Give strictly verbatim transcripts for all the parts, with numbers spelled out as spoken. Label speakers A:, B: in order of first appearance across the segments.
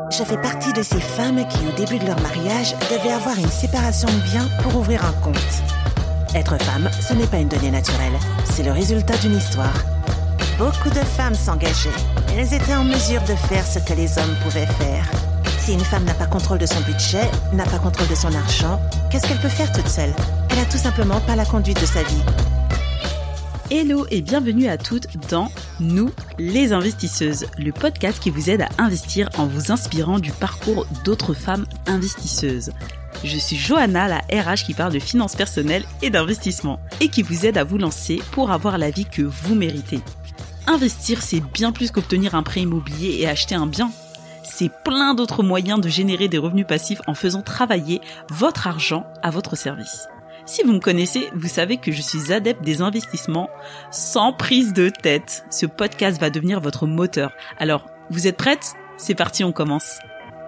A: Je fais partie de ces femmes qui, au début de leur mariage, devaient avoir une séparation de biens pour ouvrir un compte. Être femme, ce n'est pas une donnée naturelle, c'est le résultat d'une histoire. Beaucoup de femmes s'engageaient. Elles étaient en mesure de faire ce que les hommes pouvaient faire. Si une femme n'a pas contrôle de son budget, n'a pas contrôle de son argent, qu'est-ce qu'elle peut faire toute seule? Elle a tout simplement pas la conduite de sa vie.
B: Hello et bienvenue à toutes dans Nous, les investisseuses, le podcast qui vous aide à investir en vous inspirant du parcours d'autres femmes investisseuses. Je suis Johanna, la R H qui parle de finances personnelles et d'investissement et qui vous aide à vous lancer pour avoir la vie que vous méritez. Investir, c'est bien plus qu'obtenir un prêt immobilier et acheter un bien. C'est plein d'autres moyens de générer des revenus passifs en faisant travailler votre argent à votre service. Si vous me connaissez, vous savez que je suis adepte des investissements sans prise de tête. Ce podcast va devenir votre moteur. Alors, vous êtes prêtes ? C'est parti, on commence.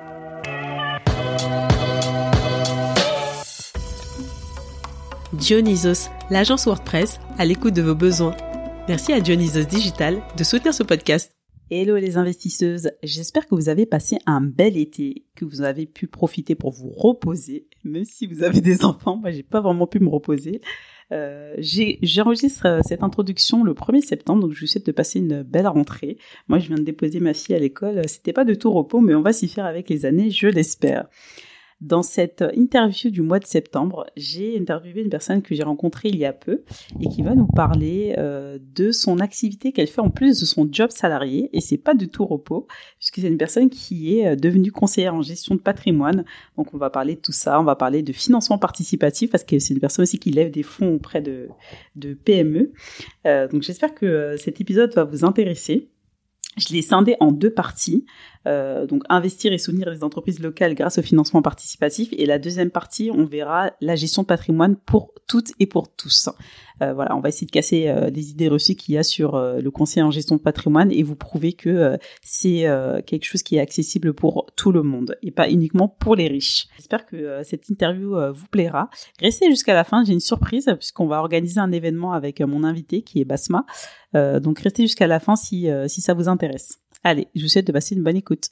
B: Dionysos, l'agence WordPress, à l'écoute de vos besoins. Merci à Dionysos Digital de soutenir ce podcast. Hello les investisseuses, j'espère que vous avez passé un bel été, que vous avez pu profiter pour vous reposer, même si vous avez des enfants. Moi, j'ai pas vraiment pu me reposer. Euh, j'ai, j'enregistre cette introduction le premier septembre, donc je vous souhaite de passer une belle rentrée. Moi, je viens de déposer ma fille à l'école. C'était pas de tout repos, mais on va s'y faire avec les années, je l'espère. Dans cette interview du mois de septembre, j'ai interviewé une personne que j'ai rencontrée il y a peu et qui va nous parler euh, de son activité qu'elle fait en plus de son job salarié. Et c'est pas du tout repos, puisque c'est une personne qui est devenue conseillère en gestion de patrimoine. Donc on va parler de tout ça, on va parler de financement participatif, parce que c'est une personne aussi qui lève des fonds auprès de, de P M E. Euh, donc j'espère que euh, cet épisode va vous intéresser. Je l'ai scindé en deux parties, euh, donc investir et soutenir les entreprises locales grâce au financement participatif. Et la deuxième partie, on verra la gestion de patrimoine pour toutes et pour tous. Euh, voilà, on va essayer de casser euh, les idées reçues qu'il y a sur euh, le conseil en gestion de patrimoine et vous prouver que euh, c'est euh, quelque chose qui est accessible pour tout le monde et pas uniquement pour les riches. J'espère que euh, cette interview euh, vous plaira. Restez jusqu'à la fin, j'ai une surprise puisqu'on va organiser un événement avec euh, mon invité qui est Basma. Euh, donc restez jusqu'à la fin si, euh, si ça vous intéresse. Allez, je vous souhaite de passer une bonne écoute.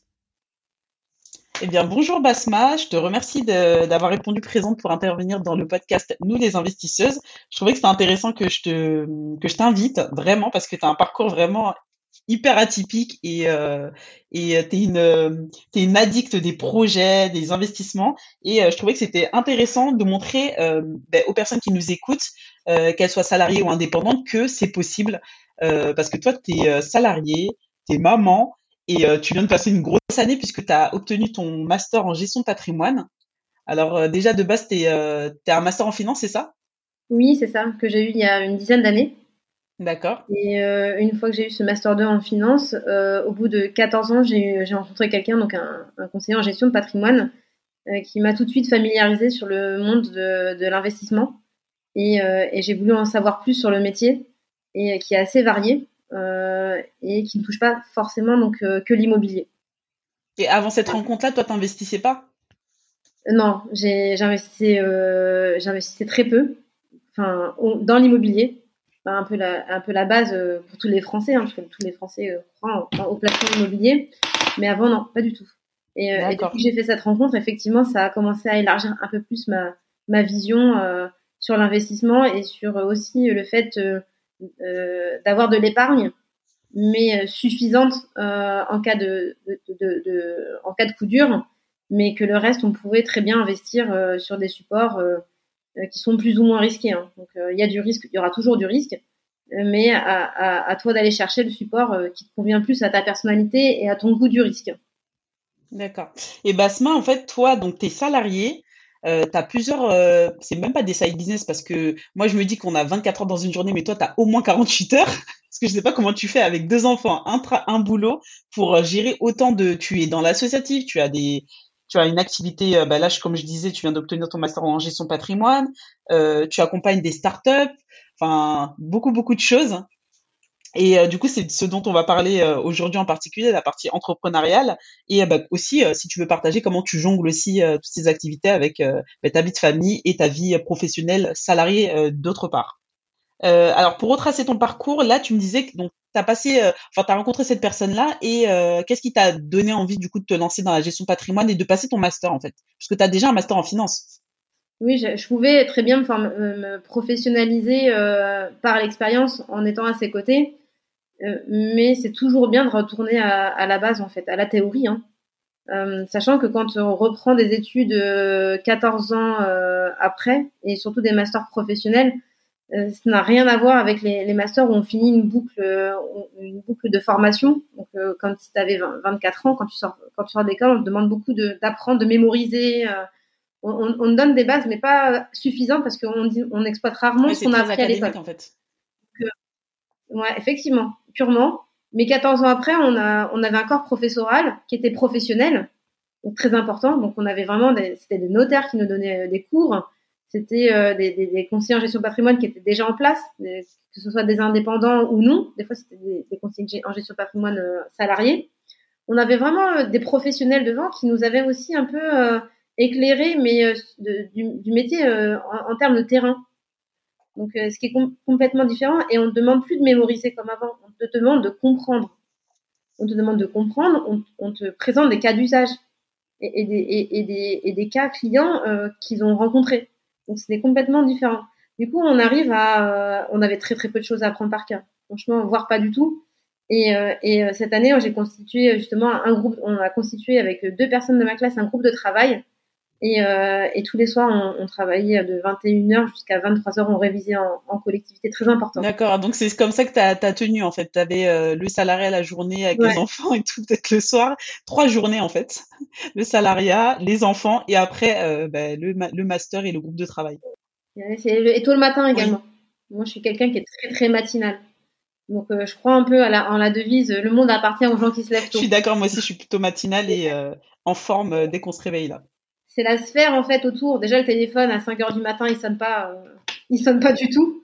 C: Eh bien, bonjour Basma, je te remercie de, d'avoir répondu présente pour intervenir dans le podcast Nous les investisseuses. Je trouvais que c'était intéressant que je te que je t'invite vraiment parce que tu as un parcours vraiment hyper atypique et euh, et t'es une t'es une addict des projets, des investissements et euh, je trouvais que c'était intéressant de montrer euh, ben, aux personnes qui nous écoutent, euh, qu'elles soient salariées ou indépendantes, que c'est possible euh, parce que toi t'es euh, salariée, t'es maman. Et euh, tu viens de passer une grosse année puisque tu as obtenu ton master en gestion de patrimoine. Alors euh, déjà de base, tu es euh, un master en finance, c'est ça?
D: Oui, c'est ça, que j'ai eu il y a une dizaine d'années.
C: D'accord.
D: Et euh, une fois que j'ai eu ce master deux en finance, euh, au bout de quatorze ans, j'ai, eu, j'ai rencontré quelqu'un, donc un, un conseiller en gestion de patrimoine, euh, qui m'a tout de suite familiarisée sur le monde de, de l'investissement. Et, euh, et j'ai voulu en savoir plus sur le métier, et qui est assez varié. Euh, et qui ne touche pas forcément donc euh, que l'immobilier.
C: Et avant cette rencontre-là, toi, t'investissais pas?
D: euh, Non, j'ai, j'investissais, euh, j'investissais très peu, enfin on, dans l'immobilier, enfin, un peu la, un peu la base euh, pour tous les Français, hein, parce que tous les Français euh, croient en, en, au placement immobilier, mais avant non, pas du tout. Et, euh, et depuis que j'ai fait cette rencontre, effectivement, ça a commencé à élargir un peu plus ma ma vision euh, sur l'investissement et sur euh, aussi le fait euh, Euh, d'avoir de l'épargne, mais euh, suffisante euh, en cas de, de, de, de, en cas de coup dur, mais que le reste, on pouvait très bien investir euh, sur des supports euh, euh, qui sont plus ou moins risqués. Hein. Donc, il euh, y a du risque, il y aura toujours du risque, euh, mais à, à, à toi d'aller chercher le support euh, qui te convient plus à ta personnalité et à ton goût du risque.
C: D'accord. Et Basma, en fait, toi, donc, t'es salarié. Euh, tu as plusieurs, euh, c'est même pas des side business parce que moi je me dis qu'on a vingt-quatre heures dans une journée, mais toi tu as au moins quarante-huit heures parce que je sais pas comment tu fais avec deux enfants, un, tra- un boulot pour gérer autant de. Tu es dans l'associatif, tu as des, tu as une activité. Euh, bah là, je, comme je disais, tu viens d'obtenir ton master en gestion patrimoine, euh, tu accompagnes des startups, enfin beaucoup beaucoup de choses. Et euh, du coup, c'est ce dont on va parler euh, aujourd'hui en particulier, la partie entrepreneuriale. Et euh, bah, aussi, euh, si tu veux partager comment tu jongles aussi euh, toutes ces activités avec euh, bah, ta vie de famille et ta vie professionnelle salariée euh, d'autre part. Euh, alors, pour retracer ton parcours, là, tu me disais que donc t'as passé, euh, enfin, t'as rencontré cette personne-là et euh, qu'est-ce qui t'a donné envie du coup de te lancer dans la gestion de patrimoine et de passer ton master en fait, parce que t'as déjà un master en finance.
D: Oui, je, je pouvais très bien me, form- euh, me professionnaliser euh, par l'expérience en étant à ses côtés, euh, mais c'est toujours bien de retourner à, à la base en fait, à la théorie, hein. Euh, sachant que quand on reprend des études euh, quatorze ans euh, après, et surtout des masters professionnels, euh, ça n'a rien à voir avec les, les masters où on finit une boucle, euh, une boucle de formation. Donc, euh, comme si tu avais vingt-quatre ans, quand tu sors, quand tu sors d'école, on te demande beaucoup de, d'apprendre, de mémoriser. Euh, on, on, on donne des bases, mais pas suffisantes parce qu'on dit, on exploite rarement
C: Oui,
D: ce
C: c'est
D: qu'on a
C: très
D: appris à l'école.
C: académique en fait.
D: Donc, euh, ouais, effectivement, purement. Mais quatorze ans après, on, a, on avait un corps professoral qui était professionnel, donc très important. Donc, on avait vraiment des, c'était des notaires qui nous donnaient des cours. C'était euh, des, des, des conseillers en gestion de patrimoine qui étaient déjà en place, des, que ce soit des indépendants ou non. Des fois, c'était des, des conseillers en gestion de patrimoine euh, salariés. On avait vraiment euh, des professionnels devant qui nous avaient aussi un peu euh, éclairés, mais euh, de, du, du métier euh, en, en termes de terrain. Donc, euh, ce qui est com- complètement différent. Et on ne demande plus de mémoriser comme avant. On te demande de comprendre. On te demande de comprendre. On, on te présente des cas d'usage et, et, des, et, et, des, et des cas clients euh, qu'ils ont rencontrés. Donc, c'était complètement différent. Du coup, on arrive à... Euh, on avait très, très peu de choses à apprendre par cœur. Franchement, voire pas du tout. Et, euh, et euh, cette année, j'ai constitué justement un groupe... On a constitué avec deux personnes de ma classe un groupe de travail. Et, euh, et tous les soirs, on, on travaillait de vingt et une heures jusqu'à vingt-trois heures. On révisait en, en collectivité. Très important.
C: D'accord, donc c'est comme ça que t'as as tenu en fait. T'avais euh, le salariat la journée avec
D: Ouais.
C: les enfants et tout, peut-être le soir. Trois journées en fait. Le salariat, les enfants et après euh, bah, le, ma- le master et le groupe de travail.
D: C'est le- et tôt le matin également.
C: Oui.
D: Moi, je suis quelqu'un qui est très, très matinal. Donc, euh, je crois un peu à la, en la devise « Le monde appartient aux gens qui se lèvent
C: Je
D: tôt
C: suis ». d'accord, moi aussi je suis plutôt matinale et euh, en forme euh, dès qu'on se réveille là.
D: C'est la sphère en fait autour. Déjà, le téléphone à cinq heures du matin, il sonne pas, euh, il sonne pas du tout.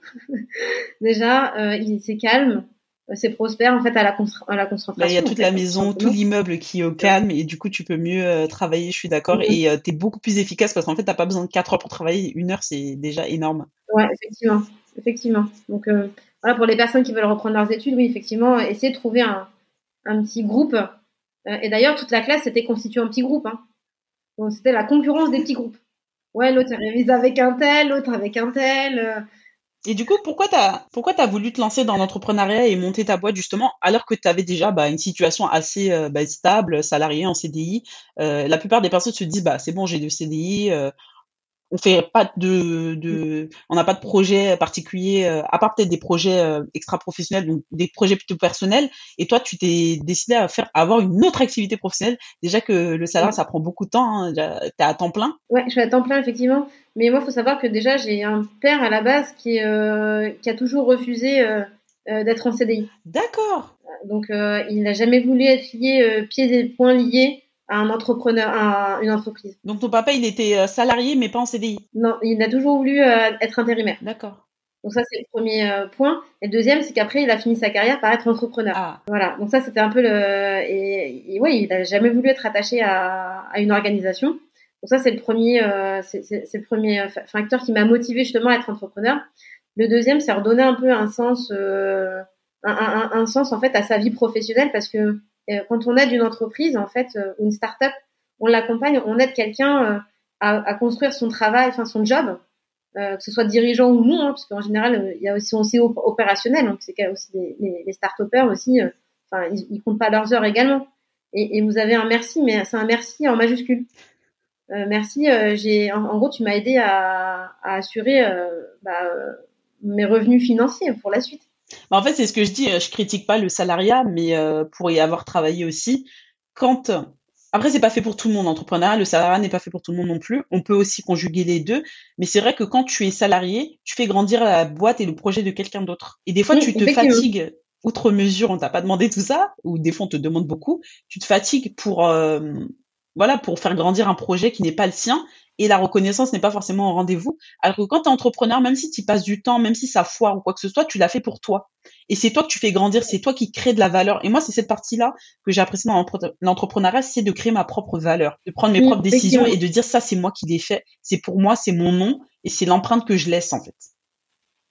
D: Déjà, euh, il c'est calme, euh, c'est prospère en fait à la, constra- à la concentration.
C: Là, il y a toute
D: en fait,
C: la
D: tout
C: maison, tout
D: simplement.
C: l'immeuble qui est au calme et du coup tu peux mieux euh, travailler, je suis d'accord.
D: Mhm.
C: Et euh, t'es beaucoup plus efficace parce qu'en fait t'as pas besoin de quatre heures pour travailler, une heure c'est déjà énorme.
D: Ouais, effectivement, effectivement. Donc euh, voilà, pour les personnes qui veulent reprendre leurs études, oui, effectivement, essayer de trouver un, un petit groupe. Euh, et d'ailleurs, toute la classe s'était constituée en petits groupes. Hein. Donc c'était la concurrence des petits groupes. Ouais, l'autre elle révise avec un tel, l'autre avec un tel. euh,
C: Et du coup, pourquoi t'as pourquoi t'as voulu te lancer dans l'entrepreneuriat et monter ta boîte justement alors que tu avais déjà bah, une situation assez euh, bah, stable, salarié en C D I. Euh, la plupart des personnes se disent bah c'est bon, j'ai le C D I, euh, on fait pas de, de on n'a pas de projet particulier euh, à part peut-être des projets euh, extra-professionnels, donc des projets plutôt personnels. Et toi, tu t'es décidé à faire à avoir une autre activité professionnelle. Déjà que le salaire, ça prend beaucoup de temps. Hein, déjà, t'es à temps plein.
D: Ouais, je suis à temps plein, effectivement. Mais moi, il faut savoir que déjà, j'ai un père à la base qui, euh, qui a toujours refusé euh, euh, d'être en C D I.
C: D'accord.
D: Donc, euh, il n'a jamais voulu être lié, euh, pieds et poings liés à un entrepreneur, à une entreprise.
C: Donc ton papa, il était euh, salarié mais pas en C D I.
D: Non, il a toujours voulu euh, être intérimaire.
C: D'accord.
D: Donc ça, c'est le premier euh, point. Et le deuxième, c'est qu'après, il a fini sa carrière par être entrepreneur.
C: Ah.
D: Voilà. Donc ça, c'était un peu le... Et, et oui, il n'a jamais voulu être attaché à, à une organisation. Donc ça, c'est le premier, euh, c'est, c'est, c'est le premier facteur qui m'a motivé justement à être entrepreneur. Le deuxième, c'est redonner un peu un sens, euh, un, un, un sens en fait à sa vie professionnelle, parce que euh, quand on aide une entreprise, en fait, euh, une start-up, on l'accompagne, on aide quelqu'un euh, à, à construire son travail, enfin son job, euh, que ce soit dirigeant ou non, hein, parce qu'en général, euh, il y a aussi, aussi opérationnels, donc c'est aussi les, les, les start-upers aussi, euh, enfin ils, ils comptent pas leurs heures également. Et, et vous avez un merci, mais c'est un merci en majuscule. Euh, merci, euh, j'ai en, en gros tu m'as aidé à, à assurer euh, bah, euh, mes revenus financiers pour la suite.
C: Bah, en fait, c'est ce que je dis. Je critique pas le salariat, mais euh, pour y avoir travaillé aussi, quand après c'est pas fait pour tout le monde, l'entrepreneuriat, le salariat n'est pas fait pour tout le monde non plus. On peut aussi conjuguer les deux, mais c'est vrai que quand tu es salarié, tu fais grandir la boîte et le projet de quelqu'un d'autre. Et des fois,
D: Oui,
C: tu te
D: effectivement.
C: fatigues outre mesure. On t'a pas demandé tout ça, ou des fois on te demande beaucoup. Tu te fatigues pour euh, voilà, pour faire grandir un projet qui n'est pas le sien. Et la reconnaissance n'est pas forcément au rendez-vous. Alors que quand tu es entrepreneur, même si tu passes du temps, même si ça foire ou quoi que ce soit, tu l'as fait pour toi. Et c'est toi que tu fais grandir, c'est toi qui crée de la valeur. Et moi, c'est cette partie-là que j'ai appréciée dans l'entrepreneuriat, c'est de créer ma propre valeur, de prendre mes
D: Oui,
C: propres décisions
D: effectivement.
C: et de dire ça, c'est moi qui l'ai fait, c'est pour moi, c'est mon nom et c'est l'empreinte que je laisse en fait.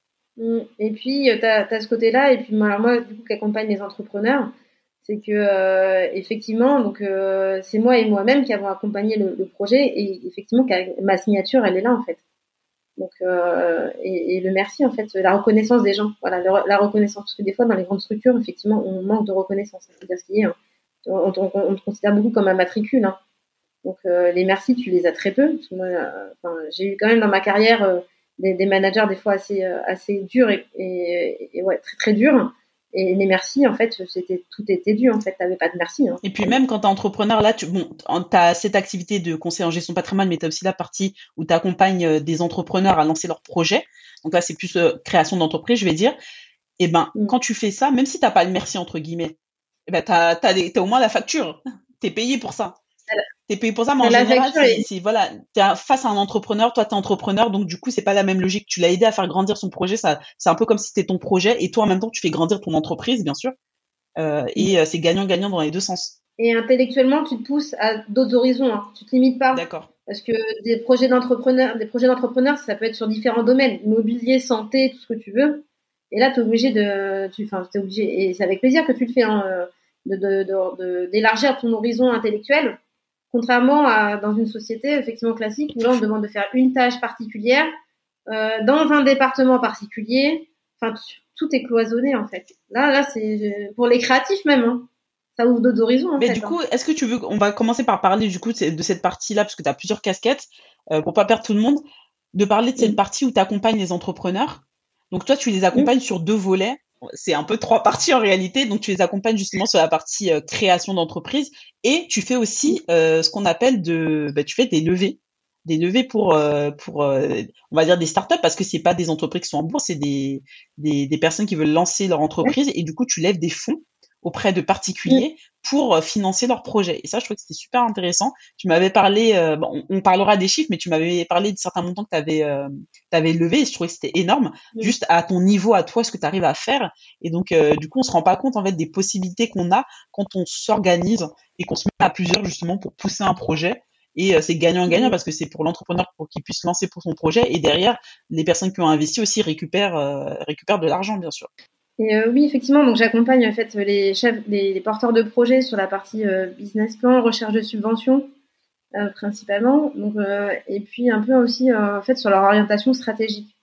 D: Et puis, tu as ce côté-là. Et puis, alors moi, du coup, qui accompagne les entrepreneurs, c'est que, euh, effectivement, donc euh, c'est moi et moi-même qui avons accompagné le, le projet. Et effectivement, ma signature, elle est là, en fait. Donc, euh, et, et le merci, en fait, la reconnaissance des gens. Voilà, le, la reconnaissance. Parce que des fois, dans les grandes structures, effectivement, on manque de reconnaissance. C'est-à-dire ce qu'il y a, hein. on, on, on te considère beaucoup comme un matricule. Hein. Donc, euh, les merci, tu les as très peu. Parce que moi, euh, j'ai eu quand même dans ma carrière euh, des, des managers des fois assez, euh, assez durs et, et, et ouais, très, très durs. Et les merci, en fait, c'était, tout était dû, en fait. T'avais pas de merci, hein.
C: Et puis, même quand t'es entrepreneur, là, tu, bon, t'as cette activité de conseil en gestion patrimoine, mais t'as aussi la partie où t'accompagnes des entrepreneurs à lancer leurs projets. Donc là, c'est plus euh, création d'entreprise, je vais dire. Et ben, mm. quand tu fais ça, même si t'as pas de merci, entre guillemets, et ben, t'as, t'as, des, t'as au moins la facture. T'es payé pour ça. Alors, t'es payé pour ça, mais en général, c'est, est... c'est, voilà, t'es face à un entrepreneur, toi, t'es entrepreneur, donc du coup, c'est pas la même logique. Tu l'as aidé à faire grandir son projet, ça, c'est un peu comme si c'était ton projet, et toi, en même temps, tu fais grandir ton entreprise, bien sûr. Euh, et euh, c'est gagnant-gagnant dans les deux sens.
D: Et intellectuellement, tu te pousses à d'autres horizons. Hein. Tu te limites pas.
C: D'accord.
D: Parce que des projets d'entrepreneurs, des projets d'entrepreneurs, ça peut être sur différents domaines, immobilier, santé, tout ce que tu veux. Et là, t'es obligé de, tu, enfin, t'es obligé, et c'est avec plaisir que tu le fais, hein, de, de, de, de, d'élargir ton horizon intellectuel. Contrairement à dans une société effectivement classique où là on demande de faire une tâche particulière euh, dans un département particulier. Enfin, tout est cloisonné en fait. Là, là, c'est pour les créatifs même. Hein. Ça ouvre d'autres horizons. En
C: Mais
D: fait,
C: du
D: hein.
C: coup, est-ce que tu veux, on va commencer par parler du coup de cette partie-là parce que tu as plusieurs casquettes euh, pour pas perdre tout le monde, de parler de cette mmh. partie où tu accompagnes les entrepreneurs. Donc toi, tu les accompagnes mmh. sur deux volets. C'est un peu trois parties en réalité. Donc, tu les accompagnes justement sur la partie euh, création d'entreprise et tu fais aussi euh, ce qu'on appelle de, bah, tu fais des levées, des levées pour euh, pour euh, on va dire des startups parce que c'est pas des entreprises qui sont en bourse, c'est des des des personnes qui veulent lancer leur entreprise et du coup, tu lèves des fonds auprès de particuliers pour euh, financer leurs projets. Et ça, je trouve que c'était super intéressant. Tu m'avais parlé, euh, bon, on, on parlera des chiffres, mais tu m'avais parlé de certains montants que tu avais euh, t'avais levés et je trouvais que c'était énorme, oui. juste à ton niveau, à toi, ce que tu arrives à faire. Et donc, euh, du coup, on se rend pas compte en fait des possibilités qu'on a quand on s'organise et qu'on se met à plusieurs justement pour pousser un projet. Et euh, c'est gagnant-gagnant parce que c'est pour l'entrepreneur pour qu'il puisse lancer pour son projet et derrière, les personnes qui ont investi aussi récupèrent euh, récupèrent de l'argent, bien sûr.
D: Et euh, oui, effectivement, donc j'accompagne en fait les chefs, les, les porteurs de projets sur la partie euh, business plan, recherche de subventions euh, principalement, donc euh, et puis un peu aussi euh, en fait sur leur orientation stratégique.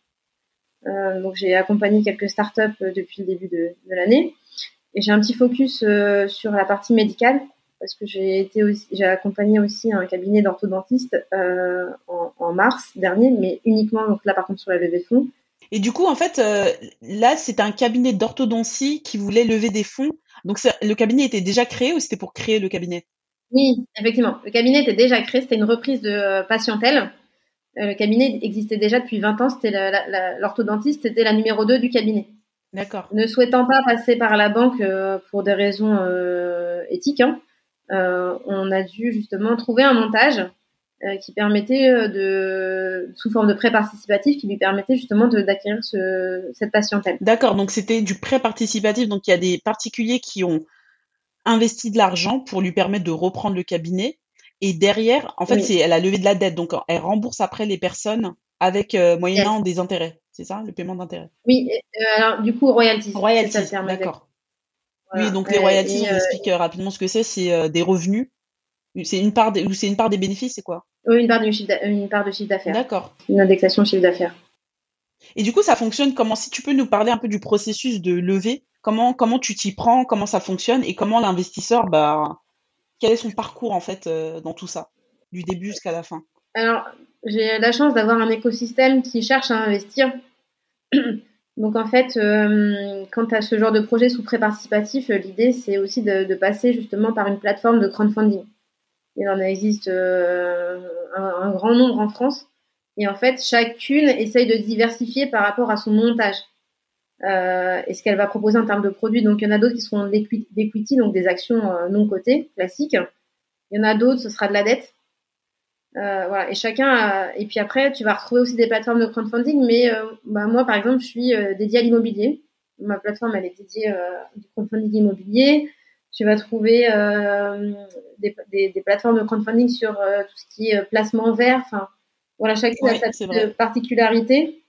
D: Euh, donc j'ai accompagné quelques startups euh, depuis le début de, de l'année et j'ai un petit focus euh, sur la partie médicale parce que j'ai été aussi, j'ai accompagné aussi un cabinet d'orthodontistes euh, en, en mars dernier, mais uniquement donc là par contre sur la levée de fonds.
C: Et du coup, en fait, euh, là, c'est un cabinet d'orthodontie qui voulait lever des fonds. Donc, c'est, le cabinet était déjà créé ou c'était pour créer le cabinet ?
D: Oui, effectivement. Le cabinet était déjà créé. C'était une reprise de euh, patientèle. Euh, le cabinet existait déjà depuis vingt ans. C'était la, la, la, l'orthodontiste, c'était la numéro deux du cabinet.
C: D'accord.
D: Ne souhaitant pas passer par la banque euh, pour des raisons euh, éthiques, hein, euh, on a dû justement trouver un montage Euh, qui permettait de, sous forme de prêt participatif, qui lui permettait justement de, d'acquérir ce, cette patientèle.
C: D'accord, donc c'était du prêt participatif, donc il y a des particuliers qui ont investi de l'argent pour lui permettre de reprendre le cabinet, et derrière, en fait, oui. c'est, elle a levé de la dette, donc elle rembourse après les personnes avec euh, moyennant yes. des intérêts, c'est ça, le paiement d'intérêts ?
D: Oui, euh, alors du coup, royalties.
C: Royalties, c'est ça, d'accord. Voilà. Oui, donc les royalties, et, on euh, explique euh, rapidement ce que c'est, c'est euh, des revenus. C'est une part des, ou c'est une part des bénéfices, c'est quoi ?
D: Oui, une part de chiffre, une part de chiffre d'affaires.
C: D'accord.
D: Une indexation chiffre d'affaires.
C: Et du coup, ça fonctionne comment ? Si tu peux nous parler un peu du processus de levée, comment comment tu t'y prends, comment ça fonctionne et comment l'investisseur, bah, quel est son parcours en fait euh, dans tout ça, du début jusqu'à la fin ?
D: Alors, j'ai la chance d'avoir un écosystème qui cherche à investir. Donc en fait, euh, quand tu as ce genre de projet sous prêt participatif, l'idée c'est aussi de, de passer justement par une plateforme de crowdfunding. Il en existe euh, un, un grand nombre en France. Et en fait, chacune essaye de diversifier par rapport à son montage euh, et ce qu'elle va proposer en termes de produits. Donc, il y en a d'autres qui seront d'equity, donc des actions euh, non cotées, classiques. Il y en a d'autres, ce sera de la dette. Euh, voilà. Et chacun a... Et puis après, tu vas retrouver aussi des plateformes de crowdfunding. Mais euh, bah, moi, par exemple, je suis euh, dédiée à l'immobilier. Ma plateforme, elle est dédiée euh, du crowdfunding immobilier. Tu vas trouver euh, des, des, des plateformes de crowdfunding sur euh, tout ce qui est placement vert. Enfin, voilà, chacune ouais, a sa particularité.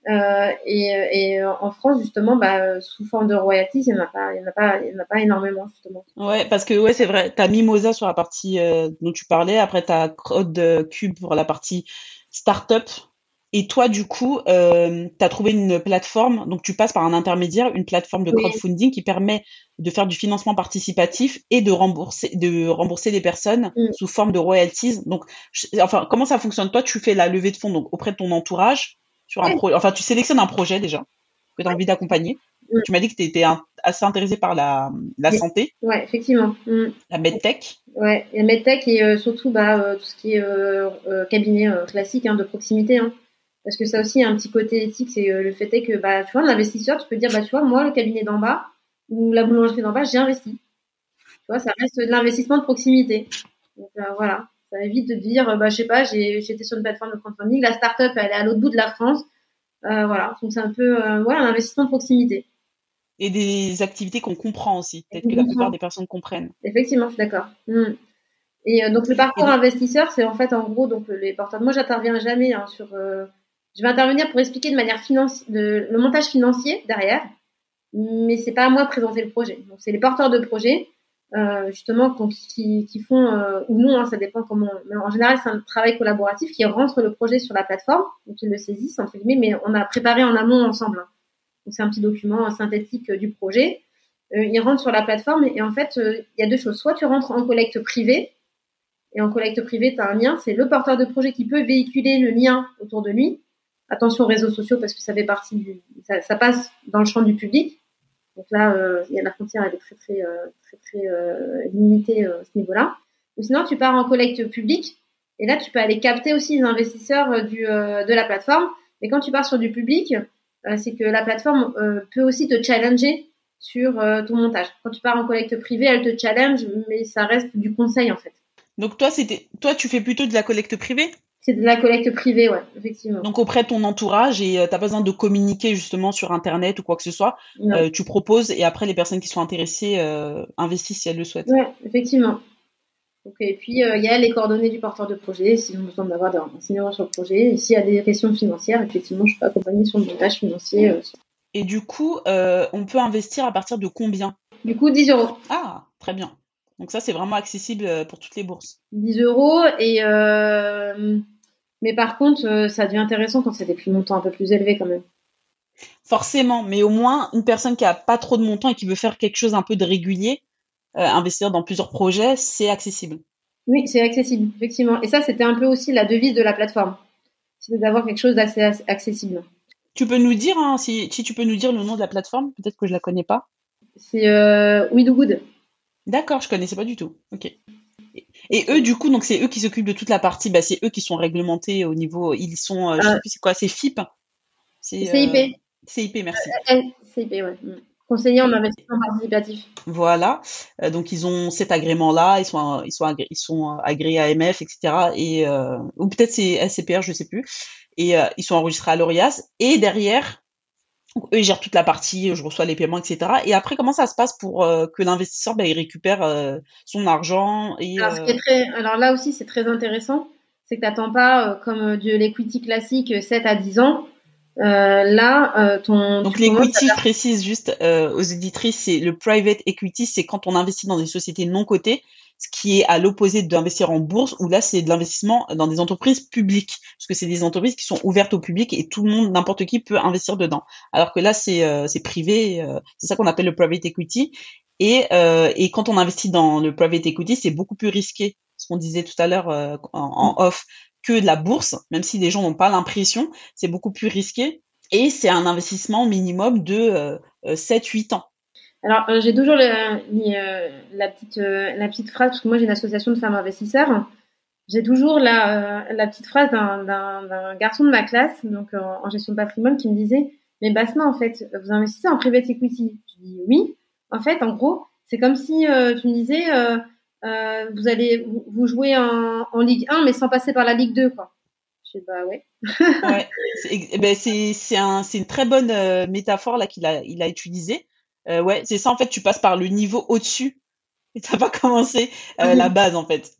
D: Euh, et, et en France, justement, bah, sous forme de royalties, il n'y en a pas, il y en a pas, il y en a pas énormément, justement.
C: Ouais, parce que ouais, c'est vrai. T'as Mimosa sur la partie euh, dont tu parlais. Après, t'as Crowd Cube pour la partie startup. Et toi, du coup, euh, t'as trouvé une plateforme. Donc, tu passes par un intermédiaire, une plateforme de
D: Oui.
C: crowdfunding qui permet de faire du financement participatif et de rembourser, de rembourser des personnes
D: Mm.
C: sous forme de royalties. Donc, je- enfin, comment ça fonctionne? Toi, tu fais la levée de fonds donc auprès de ton entourage sur un
D: Ouais.
C: projet. Enfin, tu sélectionnes un projet déjà que tu as envie d'accompagner.
D: Mm.
C: Tu m'as dit que tu étais assez intéressé par la, la
D: Oui.
C: santé,
D: Ouais, effectivement. Mm.
C: la medtech.
D: Ouais, et MedTech et euh, surtout bah, euh, tout ce qui est euh, euh, cabinet euh, classique hein, de proximité. Hein. Parce que ça aussi, il y a un petit côté éthique, c'est euh, le fait est que bah, tu vois, l'investisseur, tu peux dire, bah, tu vois, moi, le cabinet d'en bas ou la boulangerie d'en bas, j'ai investi. Tu vois, ça reste de l'investissement de proximité. Donc euh, voilà, ça évite de dire, euh, bah, je sais pas, j'ai, j'étais sur une plateforme de crowdfunding, la start-up, elle est à l'autre bout de la France. Euh, voilà, donc c'est un peu euh, ouais, un investissement de proximité.
C: Et des activités qu'on comprend aussi. Peut-être que la plupart des personnes comprennent.
D: Effectivement, je suis d'accord. Mm. Et euh, donc le parcours
C: donc,
D: investisseur, c'est en fait en gros donc les porteurs. Moi, j'interviens jamais hein, sur. Euh, je vais intervenir pour expliquer de manière financière le montage financier derrière, mais c'est pas à moi de présenter le projet. Donc c'est les porteurs de projet euh, justement qui, qui font euh, ou non, hein, ça dépend comment. Mais en général, c'est un travail collaboratif qui rentre le projet sur la plateforme, donc ils le saisissent entre guillemets, mais on a préparé en amont ensemble. Hein. Donc c'est un petit document synthétique euh, du projet. Euh, ils rentrent sur la plateforme et, et en fait, il euh, y a deux choses. Soit tu rentres en collecte privée. Et en collecte privée, tu as un lien. C'est le porteur de projet qui peut véhiculer le lien autour de lui. Attention aux réseaux sociaux parce que ça fait partie du, ça, ça passe dans le champ du public. Donc là, euh, y a la frontière, elle est très très euh, très très euh, limitée euh, à ce niveau-là. Ou sinon, tu pars en collecte publique et là, tu peux aller capter aussi les investisseurs du euh, de la plateforme. Mais quand tu pars sur du public, euh, c'est que la plateforme euh, peut aussi te challenger sur euh, ton montage. Quand tu pars en collecte privée, elle te challenge, mais ça reste du conseil en fait.
C: Donc toi, c'était, toi, tu fais plutôt de la collecte privée?
D: C'est de la collecte privée, ouais, effectivement.
C: Donc auprès de ton entourage et euh, t'as pas besoin de communiquer justement sur Internet ou quoi que ce soit. Euh, tu proposes et après les personnes qui sont intéressées euh, investissent si elles le souhaitent.
D: Ouais, effectivement. Donc, et puis il euh, y a les coordonnées du porteur de projet s'ils ont besoin d'avoir des renseignements sur le projet. Et s'il y a des questions financières, effectivement, je peux accompagner sur le montage financier. Euh,
C: et du coup, euh, on peut investir à partir de combien?
D: Du coup, dix euros.
C: Ah, très bien. Donc ça, c'est vraiment accessible pour toutes les bourses.
D: dix euros et euh... mais par contre, ça devient intéressant quand c'est des prix montants un peu plus élevés quand même.
C: Forcément, mais au moins une personne qui a pas trop de montants et qui veut faire quelque chose un peu de régulier, euh, investir dans plusieurs projets, c'est accessible.
D: Oui, c'est accessible, effectivement. Et ça, c'était un peu aussi la devise de la plateforme, c'est d'avoir quelque chose d'assez accessible.
C: Tu peux nous dire, hein, si, si tu peux nous dire le nom de la plateforme, peut-être que je la connais pas.
D: C'est euh, We Do Good.
C: D'accord, je connaissais pas du tout. Ok. Et, et eux, du coup, donc c'est eux qui s'occupent de toute la partie. Bah, c'est eux qui sont réglementés au niveau. Ils sont, euh, je sais plus c'est quoi, c'est F I P.
D: C'est C I P.
C: Euh, C I P, merci.
D: Euh, C I P, ouais. Conseiller en investissement participatif.
C: Voilà. Euh, donc ils ont cet agrément-là. Ils sont, ils sont, agré- ils sont agréés à A M F, et cetera. Et euh, ou peut-être c'est S C P R, je sais plus. Et euh, ils sont enregistrés à l'ORIAS. Et derrière. Donc, eux, ils gèrent toute la partie, je reçois les paiements, et cetera. Et après, comment ça se passe pour euh, que l'investisseur, bah, il récupère euh, son argent et,
D: alors, ce qui est très, alors là aussi, c'est très intéressant, c'est que tu n'attends pas, euh, comme de l'equity classique, sept à dix ans. Euh, là, euh, ton...
C: Donc l'equity, je précise juste euh, aux éditrices, c'est le private equity, c'est quand on investit dans des sociétés non cotées, ce qui est à l'opposé d'investir en bourse, où là, c'est de l'investissement dans des entreprises publiques, parce que c'est des entreprises qui sont ouvertes au public et tout le monde, n'importe qui peut investir dedans. Alors que là, c'est euh, c'est privé, euh, c'est ça qu'on appelle le private equity. Et, euh, et quand on investit dans le private equity, c'est beaucoup plus risqué, ce qu'on disait tout à l'heure euh, en, en off, que de la bourse, même si les gens n'ont pas l'impression, c'est beaucoup plus risqué. Et c'est un investissement minimum de euh, sept huit ans.
D: Alors, euh, j'ai toujours le, mis, euh, la, petite, euh, la petite phrase, parce que moi, j'ai une association de femmes investisseurs. J'ai toujours la, euh, la petite phrase d'un, d'un, d'un garçon de ma classe, donc euh, en gestion de patrimoine, qui me disait « Mais Basma, en fait, vous investissez en private equity ?» Je dis « Oui. » En fait, en gros, c'est comme si euh, tu me disais euh, euh, « Vous allez vous, vous jouez en, en Ligue un, mais sans passer par la Ligue deux, quoi. » Je dis « Bah ouais. »
C: Ouais, c'est, ben c'est, c'est, un, c'est une très bonne euh, métaphore là qu'il a, il a utilisée. Euh, ouais, c'est ça en fait, tu passes par le niveau au-dessus et t'as pas commencé euh, la base en fait.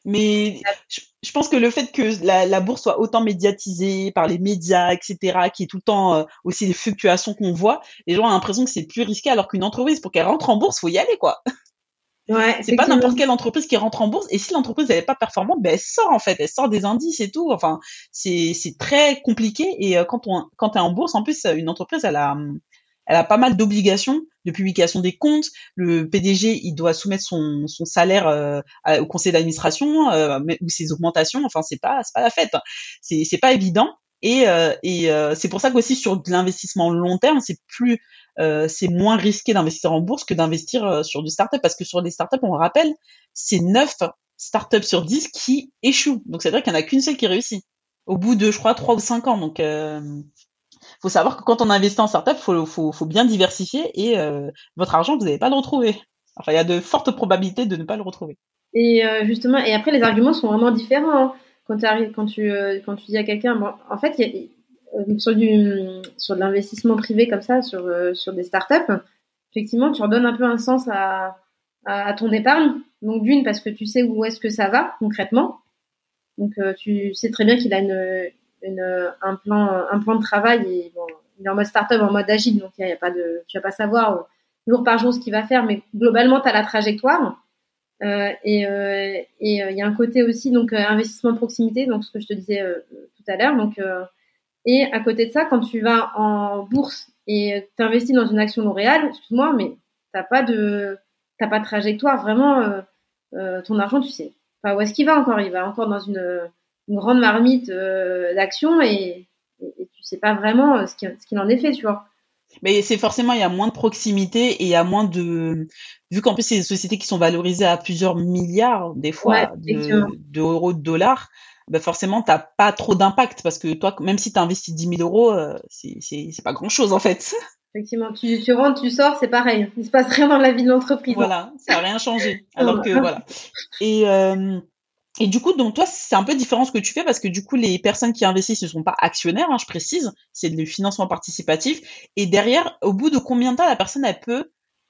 C: Mais je, je pense que le fait que la, la bourse soit autant médiatisée par les médias, et cetera, qui est tout le temps euh, aussi les fluctuations qu'on voit, les gens ont l'impression que c'est plus risqué, alors qu'une entreprise, pour qu'elle rentre en bourse, faut y aller, quoi.
D: Ouais,
C: C'est pas
D: effectivement.
C: n'importe quelle entreprise qui rentre en bourse. Et si l'entreprise elle est pas performante, ben elle sort en fait, elle sort des indices et tout. Enfin, c'est c'est très compliqué. Et euh, quand on quand t'es en bourse, en plus, une entreprise elle a elle a pas mal d'obligations de publication des comptes. Le P D G il doit soumettre son son salaire euh, à- au conseil d'administration euh, mais- ou ses augmentations. Enfin, c'est pas c'est pas la fête. C'est c'est pas évident. Et, euh, et euh, c'est pour ça qu'aussi sur de l'investissement long terme, c'est plus euh, c'est moins risqué d'investir en bourse que d'investir euh, sur du startup, parce que sur les startups, on le rappelle, c'est neuf startups sur dix qui échouent. Donc c'est vrai qu'il n'y en a qu'une seule qui réussit au bout de, je crois, trois ou cinq ans. Donc euh, faut savoir que quand on investit en startup, faut faut faut bien diversifier et euh, votre argent, vous n'allez pas le retrouver. Enfin, il y a de fortes probabilités de ne pas le retrouver.
D: Et euh, justement, et après les arguments sont vraiment différents. Hein. Quand, quand tu euh, quand tu dis à quelqu'un, bon, en fait, il y a, euh, sur du sur de l'investissement privé comme ça, sur euh, sur des startups, effectivement, tu redonnes un peu un sens à à, à ton épargne. Donc d'une parce que tu sais où est-ce que ça va concrètement. Donc euh, tu sais très bien qu'il a une, une un plan un plan de travail et bon, il est en mode startup, en mode agile, donc il y a, y a pas de tu vas pas savoir euh, jour par jour ce qu'il va faire, mais globalement tu as la trajectoire. Euh, et euh, et il euh, y a un côté aussi donc euh, investissement de proximité, donc ce que je te disais euh, tout à l'heure. Donc euh, et à côté de ça, quand tu vas en bourse et t'investis dans une action L'Oréal, excuse-moi, mais t'as pas de t'as pas de trajectoire vraiment. Euh, euh, ton argent, tu sais pas où est-ce qu'il va encore. Il va encore dans une, une grande marmite euh, d'actions et, et, et tu sais pas vraiment ce qu'il, ce qu'il en est fait, tu vois.
C: Mais c'est forcément, il y a moins de proximité et il y a moins de, vu qu'en plus c'est des sociétés qui sont valorisées à plusieurs milliards, des fois,
D: Ouais,
C: de, d'euros, de dollars, ben forcément, t'as pas trop d'impact parce que toi, même si t'as investi dix mille euros, euh, c'est, c'est, c'est pas grand chose, en fait.
D: Effectivement, tu, tu rentres, tu sors, c'est pareil. Il se passe rien dans la vie de l'entreprise.
C: Voilà, ça a rien changé. Alors que, voilà. Et, euh, Et du coup, donc toi, c'est un peu différent ce que tu fais parce que du coup, les personnes qui investissent ne sont pas actionnaires, hein, je précise, c'est du financement participatif. Et derrière, au bout de combien de temps la personne elle peut,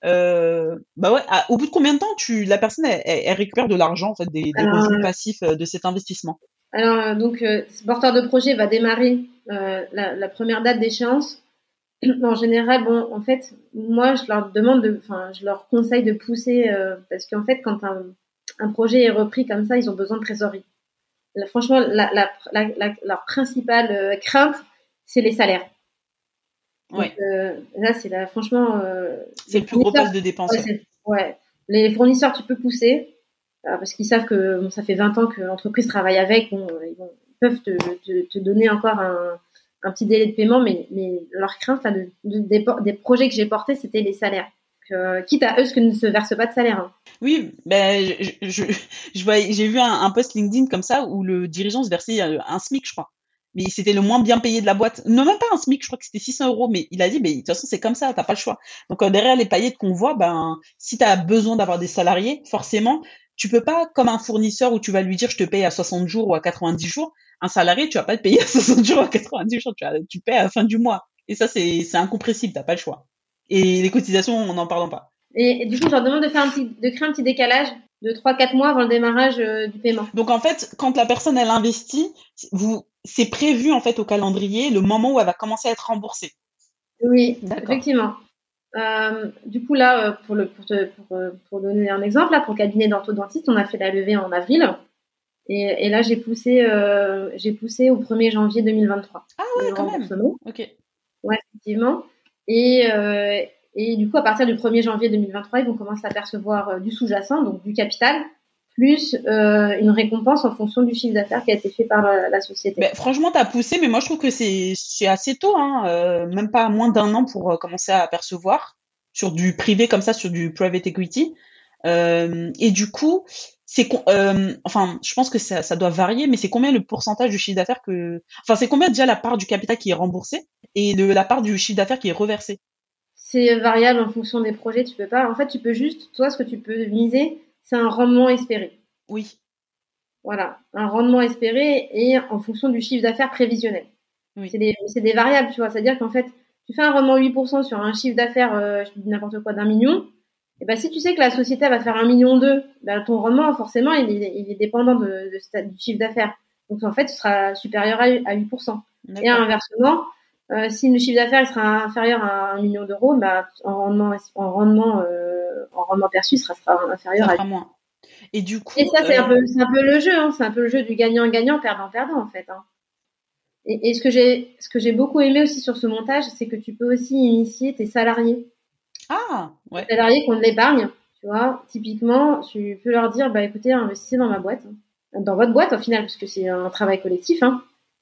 C: euh, bah ouais, à- au bout de combien de temps tu, la personne elle, elle- elle récupère de l'argent en fait, des, des
D: Alors,
C: revenus passifs euh, de cet investissement.
D: alors euh, donc, euh, ce porteur de projet va démarrer euh, la, la première date d'échéance. En général, bon, en fait, moi, je leur demande de, enfin, je leur conseille de pousser euh, parce qu'en fait, quand un, un projet est repris comme ça, ils ont besoin de trésorerie. Là, franchement, la, la, la, la, leur principale euh, crainte, c'est les salaires. Donc,
C: Ouais,
D: euh, là, c'est la, franchement, euh,
C: c'est
D: les
C: le plus gros
D: fournisseurs,
C: poste de dépense.
D: ouais,
C: Ouais.
D: c'est- ouais. Les fournisseurs, tu peux pousser euh, parce qu'ils savent que bon, ça fait vingt ans que l'entreprise travaille avec. Bon, ils, vont- ils peuvent te, te, te donner encore un, un petit délai de paiement, mais, mais leur crainte là, de, de- des, por- des projets que j'ai portés, c'était les salaires. Donc, euh, quitte à eux, ce que ne se verse pas de salaire. Hein.
C: Oui, ben je, je, je vois, j'ai vu un, un post LinkedIn comme ça où le dirigeant se versait euh, un SMIC, je crois. Mais c'était le moins bien payé de la boîte. Non, même pas un SMIC, je crois que c'était six cents euros. Mais il a dit, mais de toute façon, c'est comme ça, t'as pas le choix. Donc euh, derrière les paillettes qu'on voit, ben si t'as besoin d'avoir des salariés, forcément, tu peux pas, comme un fournisseur où tu vas lui dire, je te paye à soixante jours ou à quatre-vingt-dix jours. Un salarié, tu vas pas te payer à soixante jours ou à quatre-vingt-dix jours. Tu, vas, tu payes à la fin du mois. Et ça, c'est, c'est incompressible, t'as pas le choix. Et les cotisations, on n'en parle pas.
D: Et, et du coup, je leur demande de faire un petit, de créer un petit décalage de trois quatre mois avant le démarrage euh, du paiement.
C: Donc en fait, quand la personne elle investit, vous c'est prévu en fait au calendrier le moment où elle va commencer à être remboursée.
D: Oui,
C: D'accord.
D: effectivement. Euh, du coup, là, euh, pour, le, pour, te, pour, euh, pour donner un exemple, là, pour le cabinet d'orthodontiste, on a fait la levée en avril. Et, et là, j'ai poussé, euh, j'ai poussé au premier janvier deux mille vingt-trois.
C: Ah ouais, quand même. Ok.
D: Ouais, effectivement. Et, euh, et du coup, à partir du premier janvier deux mille vingt-trois, ils vont commencer à percevoir euh, du sous-jacent, donc du capital, plus euh, une récompense en fonction du chiffre d'affaires qui a été fait par la, la société.
C: Ben, franchement, t'as poussé, mais moi je trouve que c'est c'est assez tôt, hein, euh, même pas moins d'un an pour euh, commencer à percevoir sur du privé comme ça, sur du private equity. Euh, et du coup, c'est euh, enfin, je pense que ça, ça doit varier, mais c'est combien le pourcentage du chiffre d'affaires que, enfin, c'est combien déjà la part du capital qui est remboursée et le, la part du chiffre d'affaires qui est reversée?
D: C'est variable en fonction des projets. Tu peux pas. En fait, tu peux juste, toi, ce que tu peux miser, c'est un rendement espéré.
C: Oui.
D: Voilà, un rendement espéré et en fonction du chiffre d'affaires prévisionnel. Oui. C'est des, c'est des variables, tu vois. C'est-à-dire qu'en fait, tu fais un rendement huit pour cent sur un chiffre d'affaires, euh, je dis n'importe quoi, d'un million. Et ben, si tu sais que la société va faire un million deux, ben, ton rendement, forcément, il est, il est dépendant de, de, du chiffre d'affaires. Donc, en fait, ce sera supérieur à huit pour cent. D'accord. Et inversement, euh, si le chiffre d'affaires sera inférieur à un million d'euros, ben, en rendement, en rendement, euh, en rendement perçu, ce sera, sera inférieur
C: ça
D: à
C: sera moins. Et du coup,
D: et ça, c'est, euh... un peu, c'est un peu le jeu, hein. C'est un peu le jeu du gagnant-gagnant, perdant-perdant, en fait. Hein. Et, et ce que j'ai, ce que j'ai beaucoup aimé aussi sur ce montage, c'est que tu peux aussi initier tes salariés.
C: Ah, ouais.
D: Les salariés qui ont de l'épargne, tu vois. Typiquement, tu peux leur dire, bah, écoutez, investissez dans ma boîte. Dans votre boîte, au final, parce que c'est un travail collectif, hein.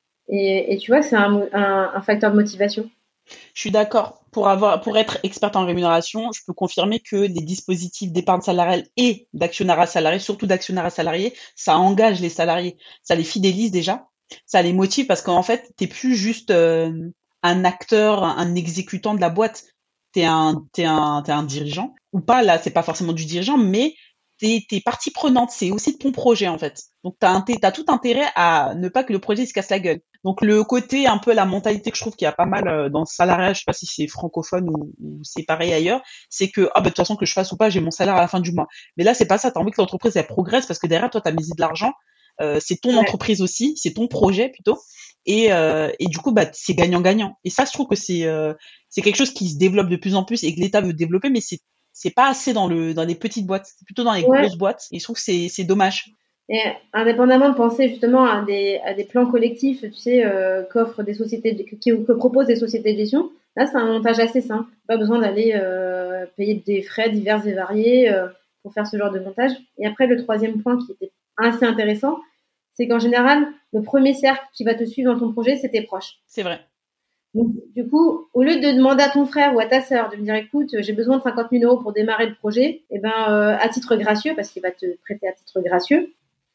D: Et, et tu vois que c'est un, un, un facteur de motivation.
C: Je suis d'accord. Pour avoir, pour être experte en rémunération, je peux confirmer que les dispositifs d'épargne salariale et d'actionnariat salarié, surtout d'actionnariat salarié, ça engage les salariés. Ça les fidélise déjà. Ça les motive parce qu'en fait, t'es plus juste euh, un acteur, un exécutant de la boîte. T'es un, t'es un, t'es un dirigeant. Ou pas, là, c'est pas forcément du dirigeant, mais t'es, t'es partie prenante. C'est aussi de ton projet, en fait. Donc, t'as, un, t'as tout intérêt à ne pas que le projet se casse la gueule. Donc, le côté, un peu la mentalité que je trouve qu'il y a pas mal euh, dans le salariat, je sais pas si c'est francophone ou, ou c'est pareil ailleurs, c'est que, ah, bah, de toute façon, que je fasse ou pas, j'ai mon salaire à la fin du mois. Mais là, c'est pas ça. T'as envie que l'entreprise, elle progresse parce que derrière, toi, t'as misé de l'argent. Euh, c'est ton ouais. entreprise aussi, c'est ton projet plutôt. Et, euh, et du coup, bah, c'est gagnant-gagnant. Et ça, je trouve que c'est, euh, c'est quelque chose qui se développe de plus en plus et que l'État veut développer, mais c'est, c'est pas assez dans le, dans les petites boîtes. C'est plutôt dans les ouais. grosses boîtes. Et je trouve que c'est, c'est dommage.
D: Et indépendamment de penser justement à des, à des plans collectifs, tu sais, euh, qu'offrent des sociétés, de, qui, que proposent des sociétés de gestion, là, c'est un montage assez simple. Pas besoin d'aller euh, payer des frais divers et variés euh, pour faire ce genre de montage. Et après, le troisième point qui était assez intéressant, c'est qu'en général, le premier cercle qui va te suivre dans ton projet, c'est tes proches.
C: C'est vrai.
D: Donc, du coup, au lieu de demander à ton frère ou à ta sœur de me dire, écoute, j'ai besoin de cinquante mille euros pour démarrer le projet, eh ben, euh, à titre gracieux, parce qu'il va te prêter à titre gracieux,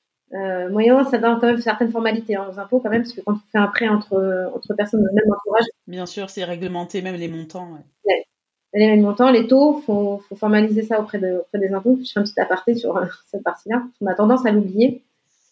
D: euh, moyennant, ça donne quand même certaines formalités hein, aux impôts quand même, parce que quand tu fais un prêt entre, entre personnes de même entourage.
C: Bien sûr, c'est réglementé, même les montants. Ouais.
D: Ouais. Les mêmes montants, les taux, faut, faut formaliser ça auprès, de, auprès des impôts. Je fais un petit aparté sur euh, cette partie-là. On a tendance à l'oublier.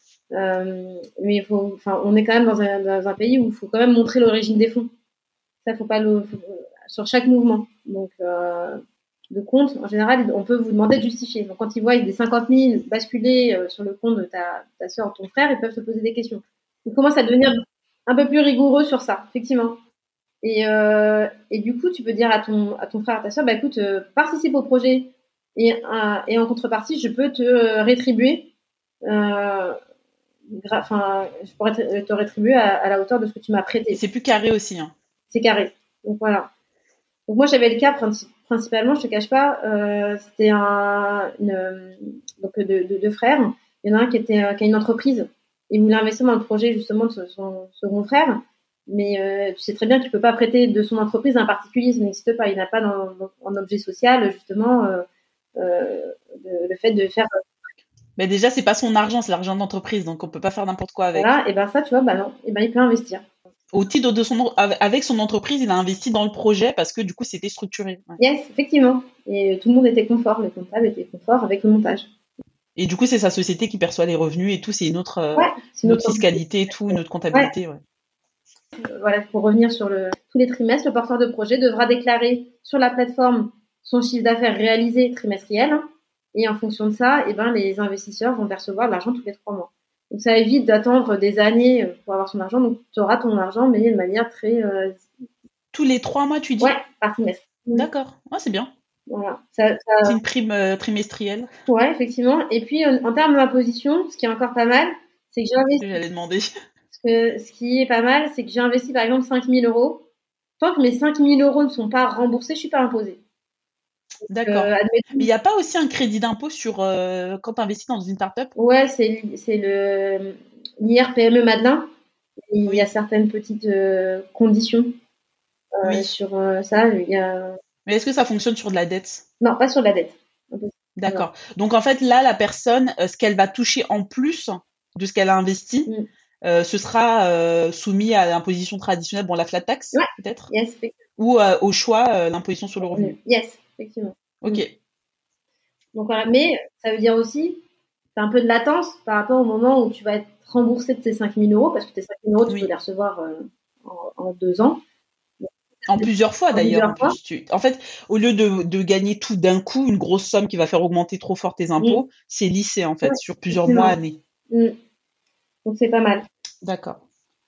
D: Euh, mais il faut, enfin, on est quand même dans un, dans un pays où il faut quand même montrer l'origine des fonds. Ça, faut pas le, faut, sur chaque mouvement. Donc, euh, de compte, en général, on peut vous demander de justifier. Donc, quand ils voient des cinquante mille basculer euh, sur le compte de ta, ta soeur ou ton frère, ils peuvent se poser des questions. Ils commencent à devenir un peu plus rigoureux sur ça, effectivement. Et, euh, et du coup, tu peux dire à ton, à ton frère, à ta soeur, bah écoute, euh, participe au projet et, euh, et en contrepartie, je peux te euh, rétribuer. Euh, Enfin, je pourrais te, te rétribuer à, à la hauteur de ce que tu m'as prêté.
C: C'est plus carré aussi. Hein.
D: C'est carré. Donc voilà. Donc moi j'avais le cas princi- principalement, je te cache pas, euh, c'était un, une, donc de, de, de frères. Il y en a un qui était qui a une entreprise. Il voulait investir dans le projet justement de son, son second frère, mais euh, tu sais très bien qu'il peut pas prêter de son entreprise à un particulier, ça n'existe pas. Il n'a pas dans, dans, en objet social justement euh, euh, de, le fait de faire.
C: Mais déjà, c'est pas son argent, c'est l'argent d'entreprise, donc on peut pas faire n'importe quoi avec.
D: Voilà, et ben ça, tu vois, bah non, et ben il peut investir.
C: Au titre de son, avec son entreprise, il a investi dans le projet parce que du coup, c'était structuré.
D: Ouais. Yes, effectivement. Et tout le monde était confort, le comptable était confort avec le montage.
C: Et du coup, c'est sa société qui perçoit les revenus et tout, c'est une autre,
D: ouais, c'est
C: une autre fiscalité et tout, une autre comptabilité. Ouais.
D: Ouais. Euh, voilà, pour revenir sur le, tous les trimestres, le porteur de projet devra déclarer sur la plateforme son chiffre d'affaires réalisé trimestriel. Et en fonction de ça, eh ben, les investisseurs vont percevoir de l'argent tous les trois mois. Donc, ça évite d'attendre des années pour avoir son argent. Donc, tu auras ton argent, mais de manière très... Euh...
C: Tous les trois mois, tu dis ?
D: Ouais, par trimestre.
C: D'accord. Ah, c'est bien.
D: Voilà. Ça, ça...
C: C'est une prime euh, trimestrielle.
D: Ouais, effectivement. Et puis, en, en termes d'imposition, ce qui est encore pas mal, c'est que j'ai investi...
C: J'allais demander.
D: Parce que ce qui est pas mal, c'est que j'ai investi, par exemple, cinq mille euros. Tant que mes cinq mille euros ne sont pas remboursés, je suis pas imposée.
C: D'accord. Euh, Mais il n'y a pas aussi un crédit d'impôt sur euh, quand tu investis dans une start-up ?
D: Ouais, c'est, c'est le l'I R P M E Madelin. Il oui. y a certaines petites euh, conditions euh, oui. sur euh, ça. Il y a...
C: Mais est-ce que ça fonctionne sur de la dette ?
D: Non, pas sur de la dette.
C: D'accord. Donc en fait, là, la personne, euh, ce qu'elle va toucher en plus de ce qu'elle a investi, mm. euh, ce sera euh, soumis à l'imposition traditionnelle, bon, la flat tax,
D: ouais.
C: peut-être ?
D: Yes,
C: ou euh, au choix, euh, l'imposition sur le revenu.
D: Mm. Yes. Effectivement.
C: Ok.
D: Donc voilà, mais ça veut dire aussi, t'as un peu de latence par rapport au moment où tu vas être remboursé de ces cinq mille euros, parce que tes cinq mille euros, tu oui. peux les recevoir euh, en, en deux ans. Donc,
C: En plusieurs fois
D: en
C: d'ailleurs. En
D: plusieurs fois.
C: plus, tu... en fait, au lieu de, de gagner tout d'un coup, une grosse somme qui va faire augmenter trop fort tes
D: Mm.
C: impôts, c'est lissé en fait
D: Ouais,
C: sur plusieurs mois,
D: effectivement.
C: années.
D: Mm. Donc c'est pas mal.
C: D'accord.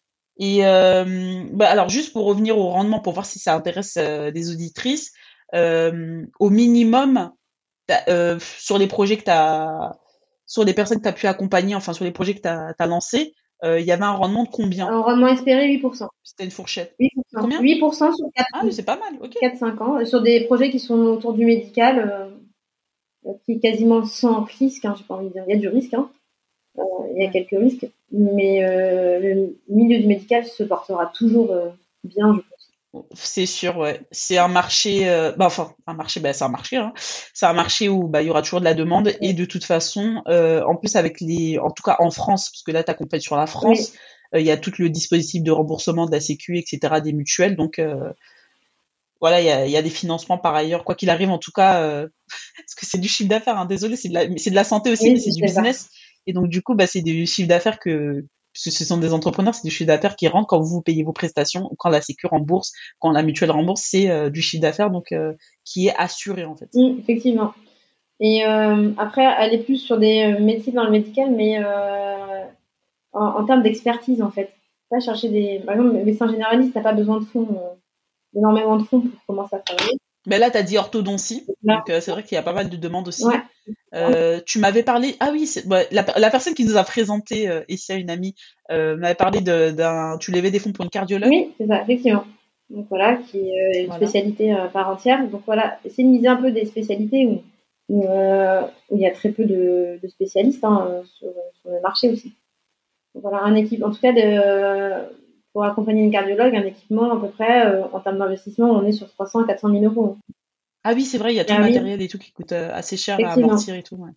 C: Et euh, bah alors juste pour revenir au rendement, pour voir si ça intéresse euh, des auditrices, euh, au minimum, t'as- euh, sur les projets que t'as, sur les personnes que tu as pu accompagner, enfin sur les projets que tu as lancés, euh, il y avait un rendement de combien?
D: En rendement espéré, huit pour cent.
C: C'était une fourchette.
D: huit pour cent.
C: Combien?
D: huit pour cent sur
C: Ah oui, c'est pas mal, ok.
D: quatre cinq ans, sur des projets qui sont autour du médical, euh, qui est quasiment sans risque, hein, j'ai pas envie de dire. Il y a du risque, hein. Euh, il y a
C: Ouais.
D: quelques risques, mais euh, le milieu du médical se portera toujours euh, bien, je pense.
C: C'est sûr, ouais. C'est un marché, euh, bah enfin, un marché, bah c'est un marché, hein. C'est un marché où bah il y aura toujours de la demande et de toute façon, euh, en plus avec les, en tout cas en France, parce que là t'accompagnes sur la France,
D: Oui.
C: euh, il y a tout le dispositif de remboursement de la Sécu, et cetera, des mutuelles, donc euh, voilà, il y a, il y a des financements par ailleurs, quoi qu'il arrive, en tout cas, euh, parce que c'est du chiffre d'affaires, hein, désolé, c'est de la, mais c'est de la santé aussi,
D: Oui,
C: mais c'est
D: je
C: du
D: sais pas.
C: business, et donc du coup, bah c'est du chiffre d'affaires que, parce que ce sont des entrepreneurs, c'est du chiffre d'affaires qui rentre quand vous payez vos prestations, ou quand la Sécu rembourse, quand la mutuelle rembourse, c'est euh, du chiffre d'affaires donc euh, qui est assuré en fait.
D: Mm, effectivement. Et euh, après, aller plus sur des euh, métiers dans le médical, mais euh, en, en termes d'expertise, en fait. Pas chercher des... Par exemple, le médecin généraliste n'a pas besoin de fonds, euh, d'énormément de fonds pour commencer à travailler.
C: Mais là, tu as dit orthodontie,
D: Là,
C: donc euh, c'est vrai qu'il y a pas mal de demandes aussi.
D: ouais.
C: Euh, tu m'avais parlé, ah oui, c'est, ouais, la, la personne qui nous a présenté, euh, ici à une amie, euh, m'avait parlé de, d'un, tu levais des fonds pour une cardiologue.
D: Oui, c'est ça, effectivement. Donc voilà, qui est une
C: Voilà.
D: spécialité euh, par entière. Donc voilà, essayer de miser un peu des spécialités où, où, euh, où il y a très peu de, de spécialistes hein, sur, sur le marché aussi. Donc voilà, un équipe, en tout cas, de, pour accompagner une cardiologue, un équipement à peu près, euh, en termes d'investissement, on est sur trois cents à quatre cent mille euros.
C: Ah oui, c'est vrai, il y a tout
D: Ah
C: le
D: oui,
C: matériel et tout qui coûte euh, assez cher à
D: effectivement.
C: amortir et tout. Ouais.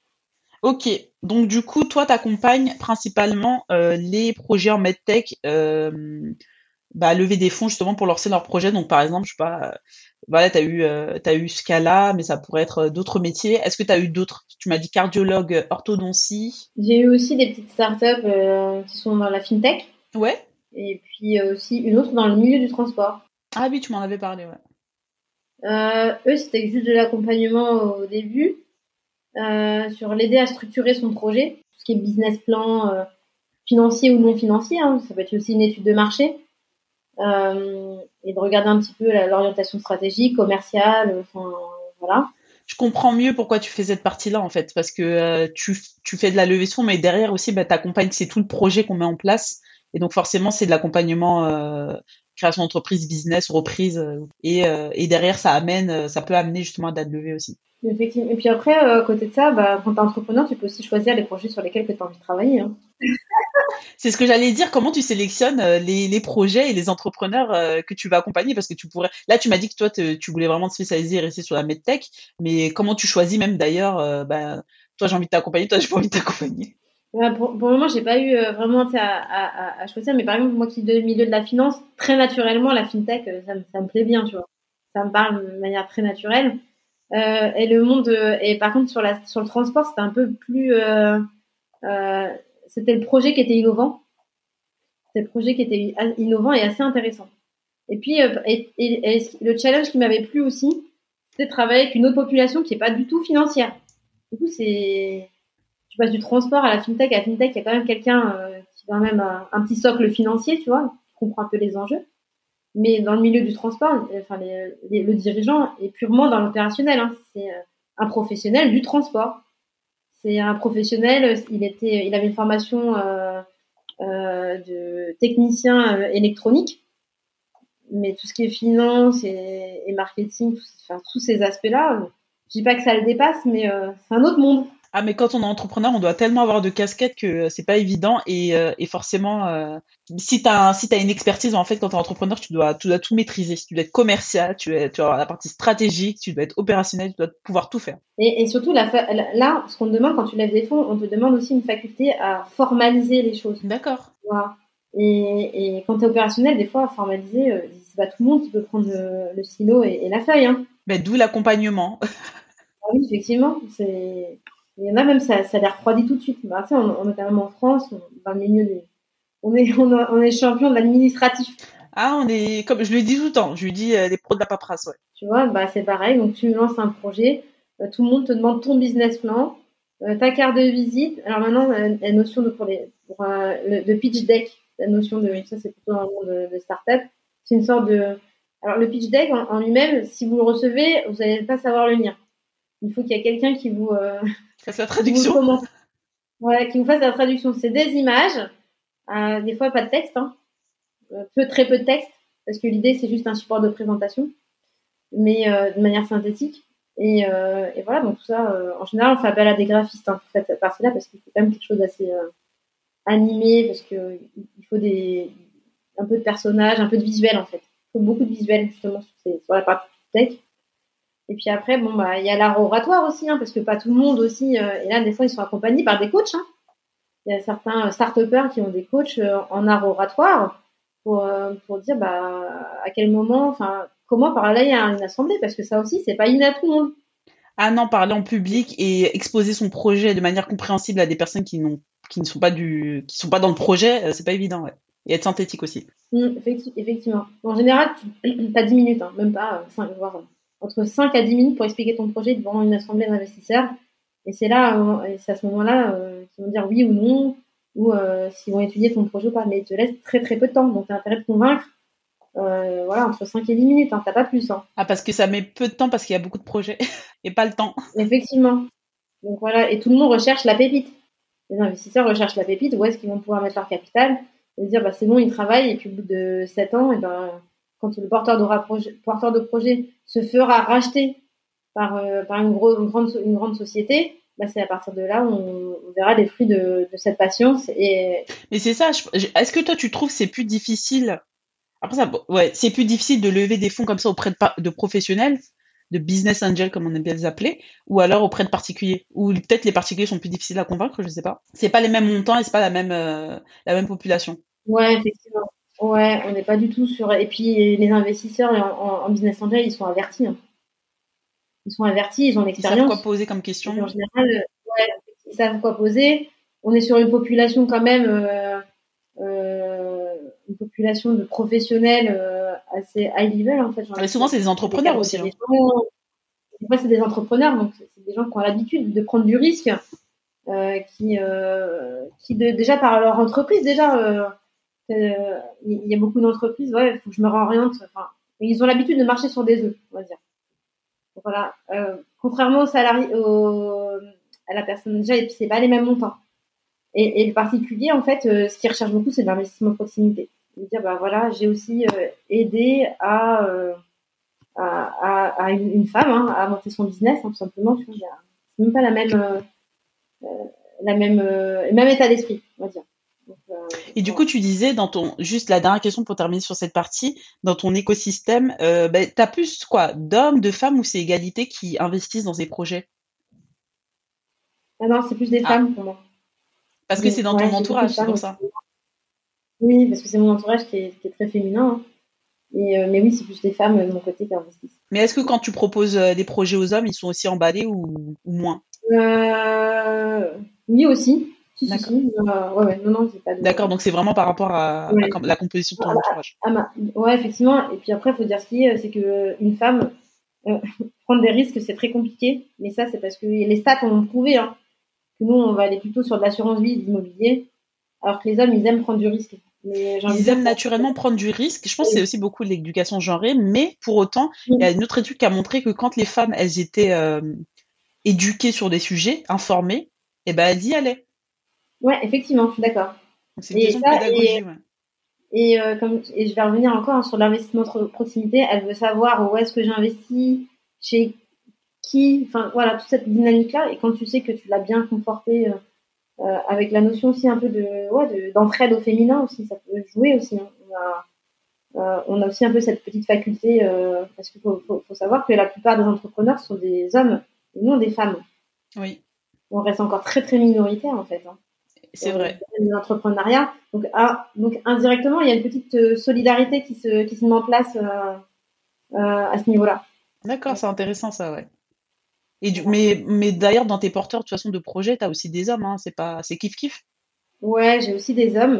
C: Ok, donc du coup, toi, tu accompagnes principalement euh, les projets en medtech, euh, bah, lever des fonds justement pour lancer leurs projets. Donc par exemple, je sais pas, euh, voilà, t'as eu, euh, t'as eu Scala, mais ça pourrait être euh, d'autres métiers. Est-ce que t'as eu d'autres? Tu m'as dit cardiologue, euh, orthodontie.
D: J'ai eu aussi des petites startups euh, qui sont dans la fintech
C: Ouais.
D: et puis euh, aussi une autre dans le milieu du transport.
C: Ah oui, tu m'en avais parlé, ouais.
D: Euh, eux, c'était juste de l'accompagnement au début, euh, sur l'aider à structurer son projet, tout ce qui est business plan, euh, financier ou non financier, hein, ça peut être aussi une étude de marché, euh, et de regarder un petit peu la, l'orientation stratégique, commerciale, enfin voilà.
C: Je comprends mieux pourquoi tu fais cette partie-là en fait, parce que euh, tu, tu fais de la levée de fonds, mais derrière aussi, bah, t'accompagnes, c'est tout le projet qu'on met en place, et donc forcément, c'est de l'accompagnement, euh, création d'entreprise, business, reprise, euh, et, euh, et derrière, ça amène, euh, ça peut amener justement à de la levée aussi.
D: Effectivement. Et puis après, euh, à côté de ça, bah, quand tu es entrepreneur, tu peux aussi choisir les projets sur lesquels tu as envie de travailler. Hein.
C: C'est ce que j'allais dire. Comment tu sélectionnes euh, les, les projets et les entrepreneurs euh, que tu vas accompagner? Parce que tu pourrais. Là, tu m'as dit que toi, te- tu voulais vraiment te spécialiser et rester sur la medtech. Mais comment tu choisis même d'ailleurs euh, bah, toi, j'ai envie de t'accompagner, toi, j'ai pas envie de t'accompagner.
D: Ouais, pour, pour le moment, j'ai pas eu euh, vraiment à, à, à, à choisir. Mais par exemple, moi qui suis du milieu de la finance, très naturellement, la fintech, euh, ça, me- ça me plaît bien, tu vois. Ça me parle de manière très naturelle. Euh, et le monde, euh, et par contre, sur, la, sur le transport, c'était un peu plus. Euh, euh, c'était le projet qui était innovant. C'était le projet qui était innovant et assez intéressant. Et puis, euh, et, et, et le challenge qui m'avait plu aussi, c'était de travailler avec une autre population qui n'est pas du tout financière. Du coup, c'est. Tu passes du transport à la fintech. À la fintech, il y a quand même quelqu'un euh, qui a quand même un, un petit socle financier, tu vois, qui comprend un peu les enjeux. Mais dans le milieu du transport, enfin, les, les, le dirigeant est purement dans l'opérationnel. Hein. C'est un professionnel du transport. C'est un professionnel. Il était, il avait une formation euh, euh, de technicien euh, électronique, mais tout ce qui est finance et, et marketing, tout, enfin, tous ces aspects-là, je dis pas que ça le dépasse, mais euh, c'est un autre monde.
C: Ah, mais quand on est entrepreneur, on doit tellement avoir de casquettes que euh, c'est pas évident et, euh, et forcément, euh, si t'as un, si t'as une expertise, en fait, quand t'es entrepreneur, tu dois, tu dois tout maîtriser. Tu dois être commercial, tu dois, tu dois avoir la partie stratégique, tu dois être opérationnel, tu dois pouvoir tout faire.
D: Et, et surtout, la fa- là, ce qu'on te demande quand tu lèves des fonds, on te demande aussi une faculté à formaliser les choses.
C: D'accord.
D: Voilà. Et, et quand tu es opérationnel, des fois, formaliser, euh, c'est pas tout le monde qui peut prendre le, le stylo et, et la feuille. Hein.
C: Ben, d'où l'accompagnement.
D: Ah oui, effectivement. C'est... Il y en a même, ça, ça les refroidit tout de suite. Bah, on, on est quand même en France, on, dans le milieu des... on, est, on, a, on est champion de l'administratif.
C: Ah, on est, comme je lui dis tout le temps, je lui dis euh, les pros de la paperasse, ouais.
D: Tu vois, bah, c'est pareil. Donc, tu lances un projet, euh, tout le monde te demande ton business plan, euh, ta carte de visite. Alors maintenant, euh, la notion de, pour les, pour, euh, le, de pitch deck, la notion de, ça c'est plutôt dans le monde de, de start-up, c'est une sorte de. Alors, le pitch deck en, en lui-même, si vous le recevez, vous n'allez pas savoir le lire. Il faut qu'il y ait quelqu'un qui vous, euh,
C: Fasse la
D: qui vous
C: traduction.
D: commente. Voilà, qui vous fasse la traduction. C'est des images, euh, des fois pas de texte, hein, euh, peu, très peu de texte, parce que l'idée c'est juste un support de présentation, mais euh, de manière synthétique. Et, euh, et voilà, donc tout ça, euh, en général, on fait appel à des graphistes hein, pour cette partie-là, parce qu'il faut quand même quelque chose d'assez euh, animé, parce que il faut des, un peu de personnages, un peu de visuel en fait. Il faut beaucoup de visuel justement sur, ces, sur la partie tech. Et puis après, bon, bah, il y a l'art oratoire aussi, hein, parce que pas tout le monde aussi, euh, et là, des fois, ils sont accompagnés par des coachs. Hein. Il y a certains start-upers qui ont des coachs euh, en art oratoire pour, euh, pour dire bah, à quel moment, enfin, comment parler à une assemblée, parce que ça aussi, c'est pas inné à tout le monde.
C: Ah non, parler en public et exposer son projet de manière compréhensible à des personnes qui n'ont, qui ne sont pas du, qui sont pas dans le projet, euh, c'est pas évident, ouais. Et être synthétique aussi.
D: Mmh, effecti- effectivement. En général, tu as dix minutes, hein, même pas, cinq, voire euh, entre cinq à dix minutes pour expliquer ton projet devant une assemblée d'investisseurs. Et c'est là, euh, et c'est à ce moment-là euh, qu'ils vont dire oui ou non, ou euh, s'ils vont étudier ton projet ou pas. Mais ils te laissent très très peu de temps. Donc, tu as intérêt de convaincre, euh, voilà, entre cinq et dix minutes. Hein, tu pas plus. Hein.
C: Ah, parce que ça met peu de temps parce qu'il y a beaucoup de projets et pas le temps.
D: Effectivement. Donc voilà, et tout le monde recherche la pépite. Les investisseurs recherchent la pépite, où est-ce qu'ils vont pouvoir mettre leur capital et dire bah, c'est bon, ils travaillent, et puis au bout de sept ans, et ben, quand le porteur de, projet, porteur de projet se fera racheter par, euh, par une, gros, une, grande, une grande société, bah, c'est à partir de là où on, on verra les fruits de, de cette patience. Et...
C: Mais c'est ça, je- je- est-ce que toi tu trouves que c'est plus difficile? Après ça, bon, ouais, c'est plus difficile de lever des fonds comme ça auprès de, pa- de professionnels, de business angels comme on aime bien les appeler, ou alors auprès de particuliers, ou peut-être les particuliers sont plus difficiles à convaincre, je sais pas. C'est pas les mêmes montants et c'est pas la même euh, la même population.
D: Ouais, effectivement. Ouais, on n'est pas du tout sur. Et puis les investisseurs en, en, en business angel, ils sont avertis. Hein. Ils sont avertis, ils ont
C: Ils savent
D: l'expérience.
C: quoi poser comme question.
D: En général, euh, ouais, ils savent quoi poser. On est sur une population quand même, euh, euh, une population de professionnels euh, assez high level en fait.
C: Mais souvent c'est des entrepreneurs aussi. Hein.
D: Des fois c'est des entrepreneurs, donc c'est des gens qui ont l'habitude de prendre du risque, euh, qui, euh, qui de, déjà par leur entreprise déjà. Euh, euh, il y a beaucoup d'entreprises, ouais, il faut que je me réoriente. Enfin, ils ont l'habitude de marcher sur des œufs, on va dire. Donc, voilà. Euh, contrairement aux salariés, aux, à la personne déjà, et puis c'est pas les mêmes montants. Et, et le particulier, en fait, euh, ce qu'ils recherchent beaucoup, c'est de l'investissement de proximité. De dire, bah voilà, j'ai aussi euh, aidé à, euh, à, à, à une, une femme hein, à monter son business, hein, tout simplement. Tu vois, c'est même pas la même, euh, euh, la même, euh, le même état d'esprit, on va dire. Donc, euh,
C: et du coup, tu disais dans ton, juste la dernière question pour terminer sur cette partie, dans ton écosystème, euh, ben, t'as plus quoi, d'hommes, de femmes ou c'est égalité qui investissent dans ces projets?
D: Ah non, c'est plus des
C: ah.
D: femmes pour moi.
C: Parce que c'est dans ouais, ton entourage, c'est pour ça.
D: Oui, parce que c'est mon entourage qui est, qui est très féminin. Hein. Et, euh, mais oui, c'est plus des femmes de mon côté qui investissent.
C: Mais est-ce que quand tu proposes des projets aux hommes, ils sont aussi emballés ou, ou moins?
D: euh, Oui, aussi. Si, si, si. Euh, ouais, ouais. Non, non, c'est pas de...
C: D'accord, donc c'est vraiment par rapport à, ouais. à la composition de ton
D: ah,
C: entourage.
D: Ah, ma... Ouais, effectivement. Et puis après, il faut dire ce qui est, c'est qu'une femme, euh, prendre des risques, c'est très compliqué. Mais ça, c'est parce que les stats ont prouvé hein, que nous, on va aller plutôt sur de l'assurance vie, de l'immobilier, alors que les hommes, ils aiment prendre du risque. Mais
C: ils aiment naturellement prendre du risque. Je pense oui. que c'est aussi beaucoup l'éducation genrée, mais pour autant, oui. il y a une autre étude qui a montré que quand les femmes, elles étaient euh, éduquées sur des sujets, informées, eh ben elles y allaient.
D: Ouais, effectivement, je suis d'accord.
C: Donc c'est une question de pédagogie.
D: Et,
C: ouais.
D: et, euh, comme, et je vais revenir encore hein, sur l'investissement de proximité. Elle veut savoir où est-ce que j'investis, chez qui, enfin voilà, toute cette dynamique-là. Et quand tu sais que tu l'as bien conforté euh, euh, avec la notion aussi un peu de, ouais, de, d'entraide au féminin aussi, ça peut jouer aussi. Hein. On, a, euh, on a aussi un peu cette petite faculté, euh, parce qu'il faut, faut, faut savoir que la plupart des entrepreneurs sont des hommes et non des femmes.
C: Oui.
D: On reste encore très très minoritaire en fait. Hein.
C: C'est euh, vrai.
D: L'entrepreneuriat. Donc, ah, donc indirectement, il y a une petite euh, solidarité qui se, qui se met en place euh, euh, à ce niveau-là.
C: D'accord, c'est intéressant ça, ouais. Et du, mais, mais d'ailleurs, dans tes porteurs de toute façon de projet, tu as aussi des hommes, hein, c'est pas, c'est kiff kiff.
D: Ouais, j'ai aussi des hommes.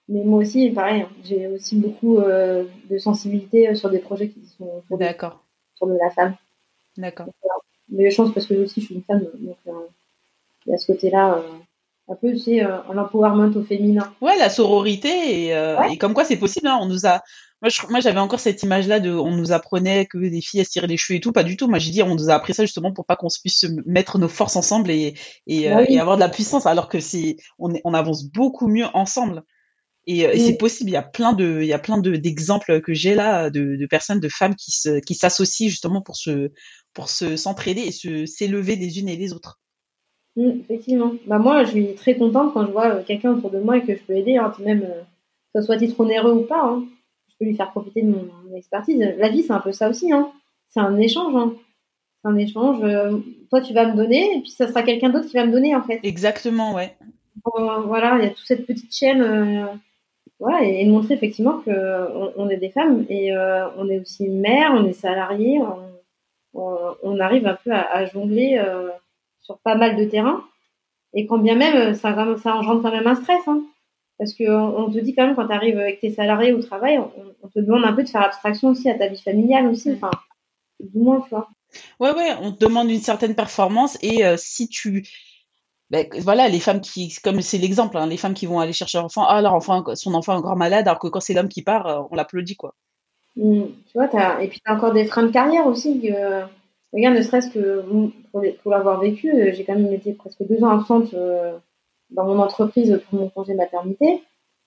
D: Mais moi aussi, pareil, hein, j'ai aussi beaucoup euh, de sensibilité sur des projets qui sont sur, des,
C: D'accord.
D: sur de la femme.
C: D'accord.
D: Mais je pense parce que aussi je suis une femme, donc euh, il y a ce côté-là, euh, un peu, tu sais, euh, l'empowerment au féminin.
C: Ouais, la sororité et, euh,
D: Ouais.
C: et comme quoi c'est possible. Hein, on nous a, moi, je, moi j'avais encore cette image-là de, on nous apprenait que les filles elles se tiraient les cheveux et tout, pas du tout. Moi j'ai dit, on nous a appris ça justement pour pas qu'on se puisse se mettre nos forces ensemble et et,
D: Bah
C: euh,
D: oui.
C: et avoir de la puissance, alors que c'est, on, est- on avance beaucoup mieux ensemble. Et, euh, et
D: Mm.
C: c'est possible. Il y a plein de, il y a plein de d'exemples que j'ai là de, de personnes, de femmes qui se, qui s'associent justement pour se, pour se s'entraider et se s'élever les unes et les autres.
D: Mm, effectivement. Bah moi, je suis très contente quand je vois euh, quelqu'un autour de moi et que je peux aider, hein, même euh, que ce soit titre onéreux ou pas. Hein, je peux lui faire profiter de mon, mon expertise. La vie, c'est un peu ça aussi. Hein. C'est un échange. Hein. C'est un échange. Euh, toi, tu vas me donner, et puis ça sera quelqu'un d'autre qui va me donner, en fait.
C: Exactement, ouais.
D: Euh, voilà, il y a toute cette petite chaîne. Euh, voilà, et, et de montrer effectivement que on, on est des femmes et euh, on est aussi mère, on est salarié, on, on, on arrive un peu à, à jongler euh, sur pas mal de terrains. Et quand bien même, ça, ça engendre quand même un stress. Hein. Parce qu'on on te dit quand même, quand tu arrives avec tes salariés au travail, on, on te demande un peu de faire abstraction aussi à ta vie familiale aussi. Enfin, du moins, tu vois.
C: Ouais, ouais, on te demande une certaine performance et euh, si tu, ben, voilà, les femmes qui, comme c'est l'exemple, hein, les femmes qui vont aller chercher leur enfant, ah, leur enfant, son enfant est encore malade, alors que quand c'est l'homme qui part, euh, on l'applaudit, quoi.
D: Mmh, tu vois, t'as... et puis tu as encore des freins de carrière aussi. Que... Regarde, ne serait-ce que pour, les... pour l'avoir vécu, j'ai quand même été presque deux ans absente euh, dans mon entreprise pour mon congé maternité.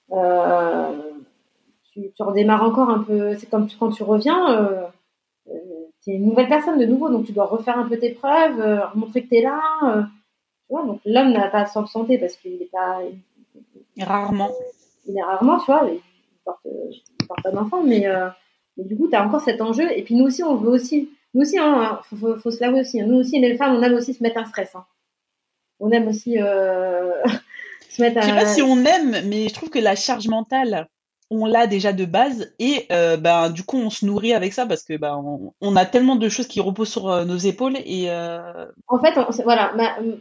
D: Euh, tu, tu redémarres encore un peu. C'est comme quand tu reviens, euh, euh, tu es une nouvelle personne de nouveau, donc tu dois refaire un peu tes preuves, euh, montrer que tu es là. Euh, tu vois, donc l'homme n'a pas à s'absenter parce qu'il est pas.
C: Rarement.
D: Il est rarement, tu vois, il porte, il porte pas d'enfant, mais. Euh, Mais du coup, tu as encore cet enjeu. Et puis nous aussi, on veut aussi. Nous aussi, il hein, faut, faut, faut se l'avouer aussi. Hein. Nous aussi, les femmes, on aime aussi se mettre un stress. Hein. On aime aussi euh, se mettre un.
C: Je sais pas si on aime, mais je trouve que la charge mentale, on l'a déjà de base. Et euh, ben, du coup, on se nourrit avec ça parce que ben, on, on a tellement de choses qui reposent sur euh, nos épaules. Et euh...
D: En fait, on, voilà,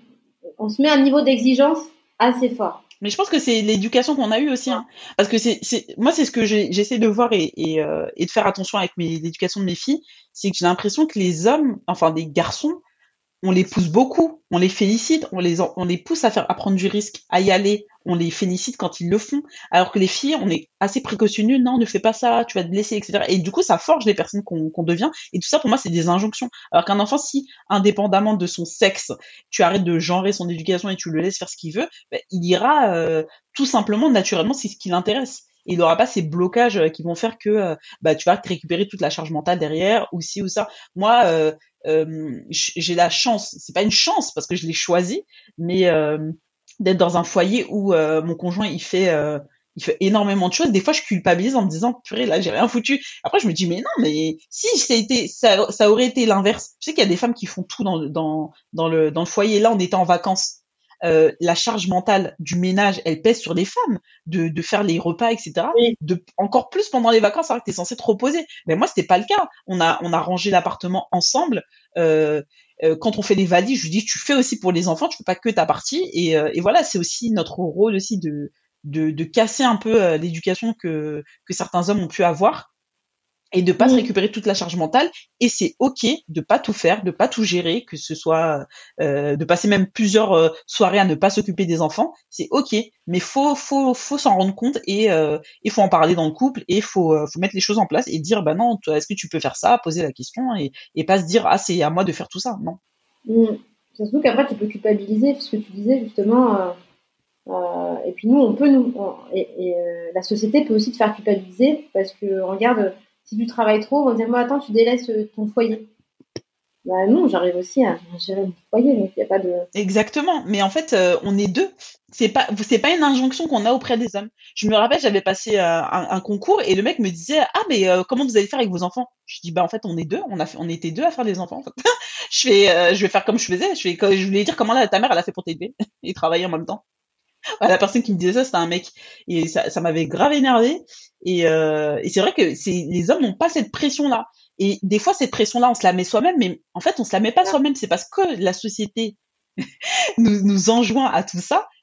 D: on se met un niveau d'exigence assez fort.
C: Mais je pense que c'est l'éducation qu'on a eue aussi, hein. Parce que c'est, c'est, moi, c'est ce que j'ai, j'essaie de voir et, et, euh, et de faire attention avec mes, l'éducation de mes filles, c'est que j'ai l'impression que les hommes, enfin des garçons, on les pousse beaucoup, on les félicite, on les, on les pousse à faire, à prendre du risque, à y aller, on les félicite quand ils le font. Alors que les filles, on est assez précautionneux, non, ne fais pas ça, tu vas te blesser, et cetera. Et du coup, ça forge les personnes qu'on, qu'on devient. Et tout ça, pour moi, c'est des injonctions. Alors qu'un enfant, si, indépendamment de son sexe, tu arrêtes de genrer son éducation et tu le laisses faire ce qu'il veut, ben, il ira euh, tout simplement, naturellement, c'est ce qui l'intéresse. Et il n'aura pas ces blocages qui vont faire que euh, bah, tu vas te récupérer toute la charge mentale derrière, ou ci ou ça. Moi, euh, euh, j'ai la chance, c'est pas une chance parce que je l'ai choisi, mais euh, d'être dans un foyer où euh, mon conjoint il fait euh, il fait énormément de choses. Des fois, je culpabilise en me disant purée là j'ai rien foutu. Après, je me dis mais non, mais si ça a été ça, ça aurait été l'inverse. Tu sais qu'il y a des femmes qui font tout dans dans dans le dans le foyer. Là, on était en vacances. Euh, la charge mentale du ménage, elle pèse sur les femmes, de, de faire les repas, et cetera.
D: Oui.
C: De, encore plus pendant les vacances, alors que t'es censé te reposer. Mais moi, c'était pas le cas. On a, on a rangé l'appartement ensemble. Euh, euh, quand on fait les valises, je lui dis, tu fais aussi pour les enfants, tu fais pas que ta partie. Et, euh, et voilà, c'est aussi notre rôle aussi de, de, de casser un peu euh, l'éducation que, que certains hommes ont pu avoir. Et de pas
D: Mmh.
C: se récupérer toute la charge mentale, et c'est ok de pas tout faire, de pas tout gérer, que ce soit euh, de passer même plusieurs euh, soirées à ne pas s'occuper des enfants, c'est ok, mais faut faut faut s'en rendre compte et euh, il faut en parler dans le couple et faut euh, faut mettre les choses en place et dire bah non, toi, est-ce que tu peux faire ça, poser la question et et pas se dire ah c'est à moi de faire tout ça, non.
D: Mmh. Surtout qu'après tu peux culpabiliser, ce que tu disais justement. Euh... Euh, et puis nous, on peut nous on, et, et euh, la société peut aussi te faire culpabiliser parce que regarde. Si tu travailles trop, on va dire, moi, attends, tu délaisses ton foyer. Bah non, j'arrive aussi à gérer mon foyer, donc il n'y a pas de...
C: Exactement, mais en fait, euh, on est deux. C'est pas, c'est pas une injonction qu'on a auprès des hommes. Je me rappelle, j'avais passé euh, un, un concours et le mec me disait, ah mais euh, comment vous allez faire avec vos enfants? Je dis, bah en fait, on est deux, on a, fait, on était deux à faire des enfants. En fait. je fais, euh, je vais faire comme je faisais. Je fais, je voulais dire comment là, ta mère, elle a fait pour t'aider et travailler en même temps. La personne qui me disait ça, c'était un mec. Et ça, ça m'avait grave énervé. Et, euh, et c'est vrai que c'est, les hommes n'ont pas cette pression-là. Et des fois, cette pression-là, on se la met soi-même, mais en fait, on se la met pas soi-même. C'est parce que la société nous, nous enjoint à tout ça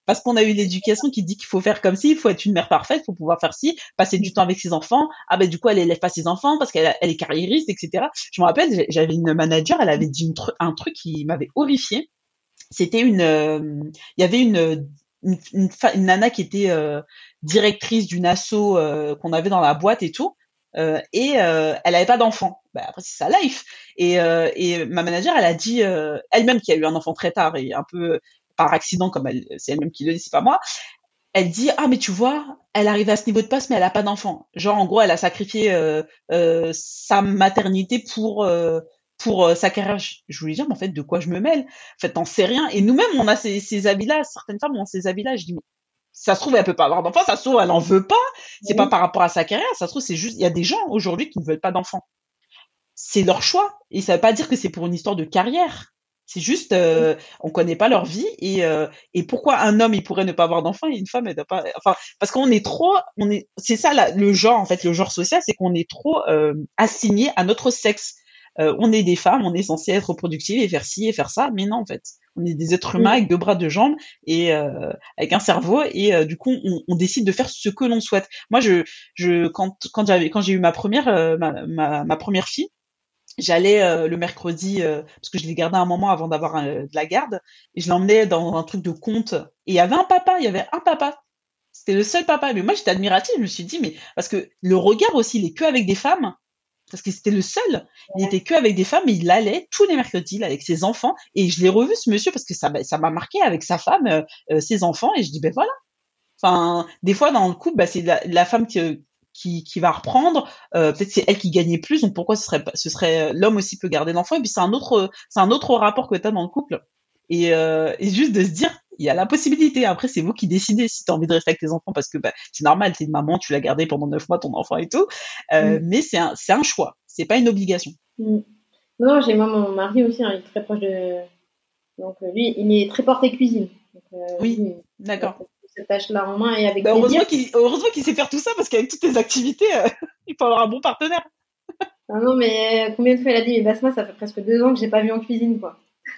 C: parce qu'on a eu l'éducation qui dit qu'il faut faire comme ci, il faut être une mère parfaite, il faut pouvoir faire ci, passer du temps avec ses enfants. Ah ben du coup elle élève pas ses enfants parce qu'elle elle est carriériste, et cetera. Je me rappelle, j'avais une manager, elle avait dit une tru- un truc qui m'avait horrifiée. C'était une, euh, il y avait une une, une, fa- une nana qui était euh, directrice d'une asso euh, qu'on avait dans la boîte et tout. Euh, et euh, elle avait pas d'enfant. Bah, après c'est sa life. Et, euh, et ma manager, elle a dit euh, elle-même qui a eu un enfant très tard et un peu par accident, comme elle, c'est elle-même qui le dit, c'est pas moi. Elle dit ah mais tu vois, elle arrive à ce niveau de poste mais elle a pas d'enfant. Genre en gros elle a sacrifié euh, euh, sa maternité pour euh, pour euh, sa carrière. Je, je voulais dire mais en fait de quoi je me mêle? En fait t'en sais rien. Et nous-mêmes on a ces, ces habits-là. Certaines femmes ont ces habits-là. Je dis mais ça se trouve elle peut pas avoir d'enfant, ça se trouve elle en veut pas. C'est
D: Oui.
C: pas par rapport à sa carrière. Ça se trouve c'est juste il y a des gens aujourd'hui qui ne veulent pas d'enfants. C'est leur choix et ça veut pas dire que c'est pour une histoire de carrière. C'est juste, euh, on connaît pas leur vie et euh, et pourquoi un homme il pourrait ne pas avoir d'enfant et une femme elle doit pas, enfin parce qu'on est trop, on est, c'est ça là, le genre en fait, le genre social, c'est qu'on est trop euh, assigné à notre sexe. Euh, on est des femmes, on est censé être reproductives et faire ci et faire ça, mais non en fait, on est des êtres humains avec deux bras, deux jambes et euh, avec un cerveau et euh, du coup on, on décide de faire ce que l'on souhaite. Moi je je quand quand j'avais quand j'ai eu ma première euh, ma, ma ma première fille. J'allais euh, le mercredi, euh, parce que je l'ai gardé un moment avant d'avoir euh, de la garde, et je l'emmenais dans un truc de conte. Et il y avait un papa, il y avait un papa. C'était le seul papa. Mais moi, j'étais admirative, je me suis dit, mais parce que le regard aussi, il est que avec des femmes, parce que c'était le seul. Il était que avec des femmes, et il allait tous les mercredis là, avec ses enfants. Et je l'ai revu, ce monsieur, parce que ça, ça m'a marqué avec sa femme, euh, euh, ses enfants, et je dis, ben voilà. Enfin, des fois, dans le couple, bah, c'est la, la femme qui... qui qui va reprendre, euh, peut-être c'est elle qui gagnait plus, donc pourquoi ce serait pas- ce serait l'homme aussi peut garder l'enfant, et puis c'est un autre c'est un autre rapport que tu as dans le couple, et euh, et juste de se dire il y a la possibilité, après c'est vous qui décidez si tu as envie de rester avec tes enfants parce que bah c'est normal, t'es une maman, tu l'as gardé pendant neuf mois ton enfant et tout, euh,
D: Mm.
C: mais c'est un c'est un choix, c'est pas une obligation.
D: Mm. Non, j'ai moi mon mari aussi, hein, il est très proche de. Donc euh, lui, il est très porté cuisine. Donc, euh,
C: Oui,
D: lui, il
C: d'accord.
D: a cette tâche-là en main et avec
C: Bah,
D: plaisir.
C: heureusement qu'il heureusement qu'il sait faire tout ça parce qu'avec toutes tes activités, euh, il faut avoir un bon partenaire.
D: Ah non, mais euh, combien de fois il a dit, mais Basma, ça fait presque deux ans que j'ai pas vu en cuisine, quoi.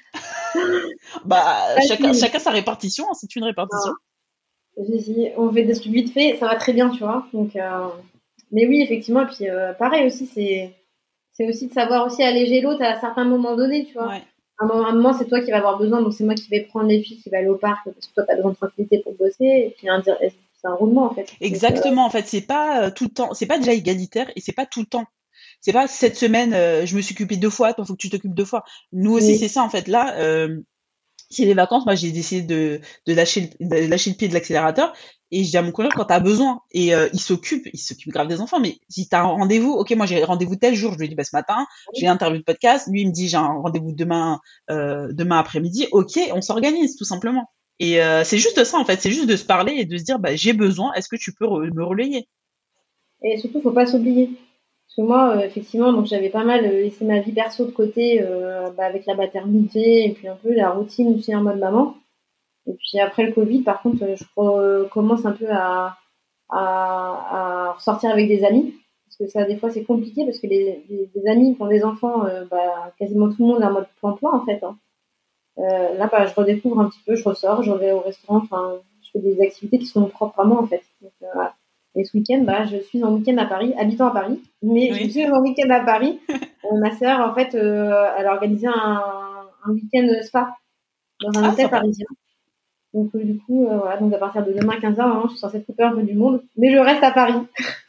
C: Bah
D: Pas
C: chacun
D: fini.
C: chacun sa répartition, hein, c'est une répartition.
D: J'ai dit, on fait des trucs vite fait, ça va très bien, tu vois. Donc, euh, mais oui, effectivement, et puis euh, pareil aussi, c'est c'est aussi de savoir aussi alléger l'autre à certains moments donnés, tu vois.
C: Ouais.
D: À un moment, un moment, c'est toi qui vas avoir besoin, donc c'est moi qui vais prendre les filles, qui va aller au parc, parce que toi, tu as besoin de tranquillité pour bosser, et puis un dire- c'est un roulement, en fait.
C: Exactement, en fait, c'est pas euh, tout le temps, c'est pas déjà égalitaire et c'est pas tout le temps. C'est pas cette semaine, euh, je me suis occupée deux fois, toi, faut que tu t'occupes deux fois. Nous aussi,
D: Oui.
C: c'est ça, en fait. Là, euh, c'est les vacances, moi, j'ai décidé de, de lâcher, le, de lâcher le pied de l'accélérateur et je dis à mon collègue quand t'as besoin. Et euh, il s'occupe, il s'occupe grave des enfants, mais si t'as un rendez-vous, ok, moi j'ai rendez-vous tel jour, je lui dis bah ce matin, j'ai interview de podcast, lui il me dit j'ai un rendez-vous demain, euh, demain après-midi, ok, on s'organise tout simplement. Et euh, c'est juste ça en fait, c'est juste de se parler et de se dire bah j'ai besoin, est-ce que tu peux re- me relayer?
D: Et surtout, faut pas s'oublier. Parce que moi, euh, effectivement, donc j'avais pas mal euh, laissé ma vie perso de côté euh, bah, avec la maternité et puis un peu la routine aussi en mode maman. Et puis après le Covid, par contre, euh, je re- commence un peu à, à, à ressortir avec des amis. Parce que ça, des fois, c'est compliqué parce que les, les, les amis qui ont des enfants, euh, bah, quasiment tout le monde est en mode plan-plan en fait. Hein. Euh, là, bah, je redécouvre un petit peu, je ressors, je vais au restaurant, enfin, je fais des activités qui sont propres à moi en fait. Donc, euh, voilà. Et ce week-end, bah, je suis en week-end à Paris, habitant à Paris, mais
C: Oui.
D: je suis en week-end à Paris. Euh, ma sœur, en fait, euh, elle a organisé un, un week-end spa dans un
C: Ah,
D: hôtel
C: sympa.
D: parisien. Donc, euh, du coup, euh, voilà, donc à partir de demain quinze heures, je suis censée couper un peu du monde, mais je reste à Paris.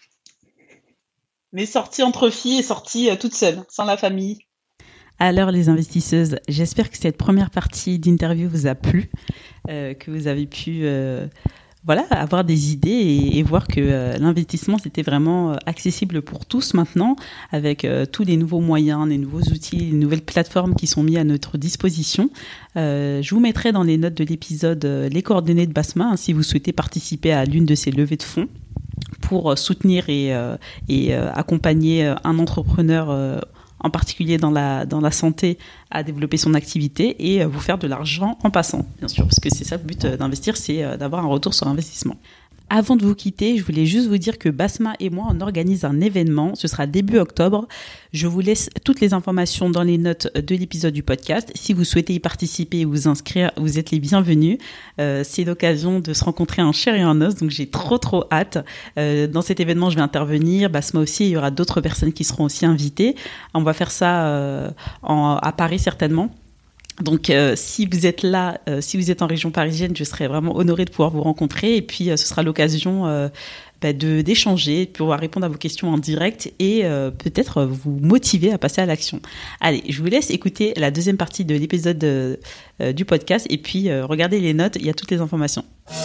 C: Mais sortie entre filles et sortie euh, toute seule, sans la famille.
B: Alors les investisseuses, j'espère que cette première partie d'interview vous a plu, euh, que vous avez pu euh, voilà, avoir des idées et, et voir que euh, l'investissement c'était vraiment euh, accessible pour tous maintenant, avec euh, tous les nouveaux moyens, les nouveaux outils, les nouvelles plateformes qui sont mis à notre disposition. Euh, je vous mettrai dans les notes de l'épisode euh, les coordonnées de Basma hein, si vous souhaitez participer à l'une de ces levées de fonds pour soutenir et, euh, et euh, accompagner un entrepreneur euh, en particulier dans la, dans la santé, à développer son activité et vous faire de l'argent en passant, bien sûr, parce que c'est ça le but d'investir, c'est d'avoir un retour sur investissement. Avant de vous quitter, je voulais juste vous dire que Basma et moi, on organise un événement. Ce sera début octobre. Je vous laisse toutes les informations dans les notes de l'épisode du podcast. Si vous souhaitez y participer et vous inscrire, vous êtes les bienvenus. Euh, c'est l'occasion de se rencontrer en chair et en os, donc j'ai trop trop hâte. Euh, dans cet événement, je vais intervenir. Basma aussi, il y aura d'autres personnes qui seront aussi invitées. On va faire ça euh, en, à Paris certainement. Donc, euh, si vous êtes là, euh, si vous êtes en région parisienne, je serais vraiment honorée de pouvoir vous rencontrer. Et puis, euh, ce sera l'occasion euh, bah, de d'échanger, de pouvoir répondre à vos questions en direct et euh, peut-être vous motiver à passer à l'action. Allez, je vous laisse écouter la deuxième partie de l'épisode euh, euh, du podcast et puis euh, regardez les notes, il y a toutes les informations.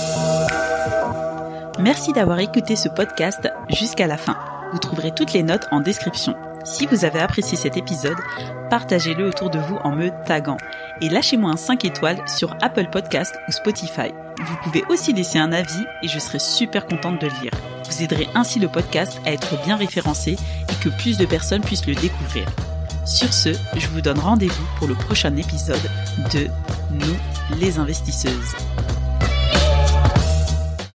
B: Merci d'avoir écouté ce podcast jusqu'à la fin. Vous trouverez toutes les notes en description. Si vous avez apprécié cet épisode, partagez-le autour de vous en me taguant et lâchez-moi un cinq étoiles sur Apple Podcast ou Spotify. Vous pouvez aussi laisser un avis et je serai super contente de le lire. Vous aiderez ainsi le podcast à être bien référencé et que plus de personnes puissent le découvrir. Sur ce, je vous donne rendez-vous pour le prochain épisode de Nous les investisseuses.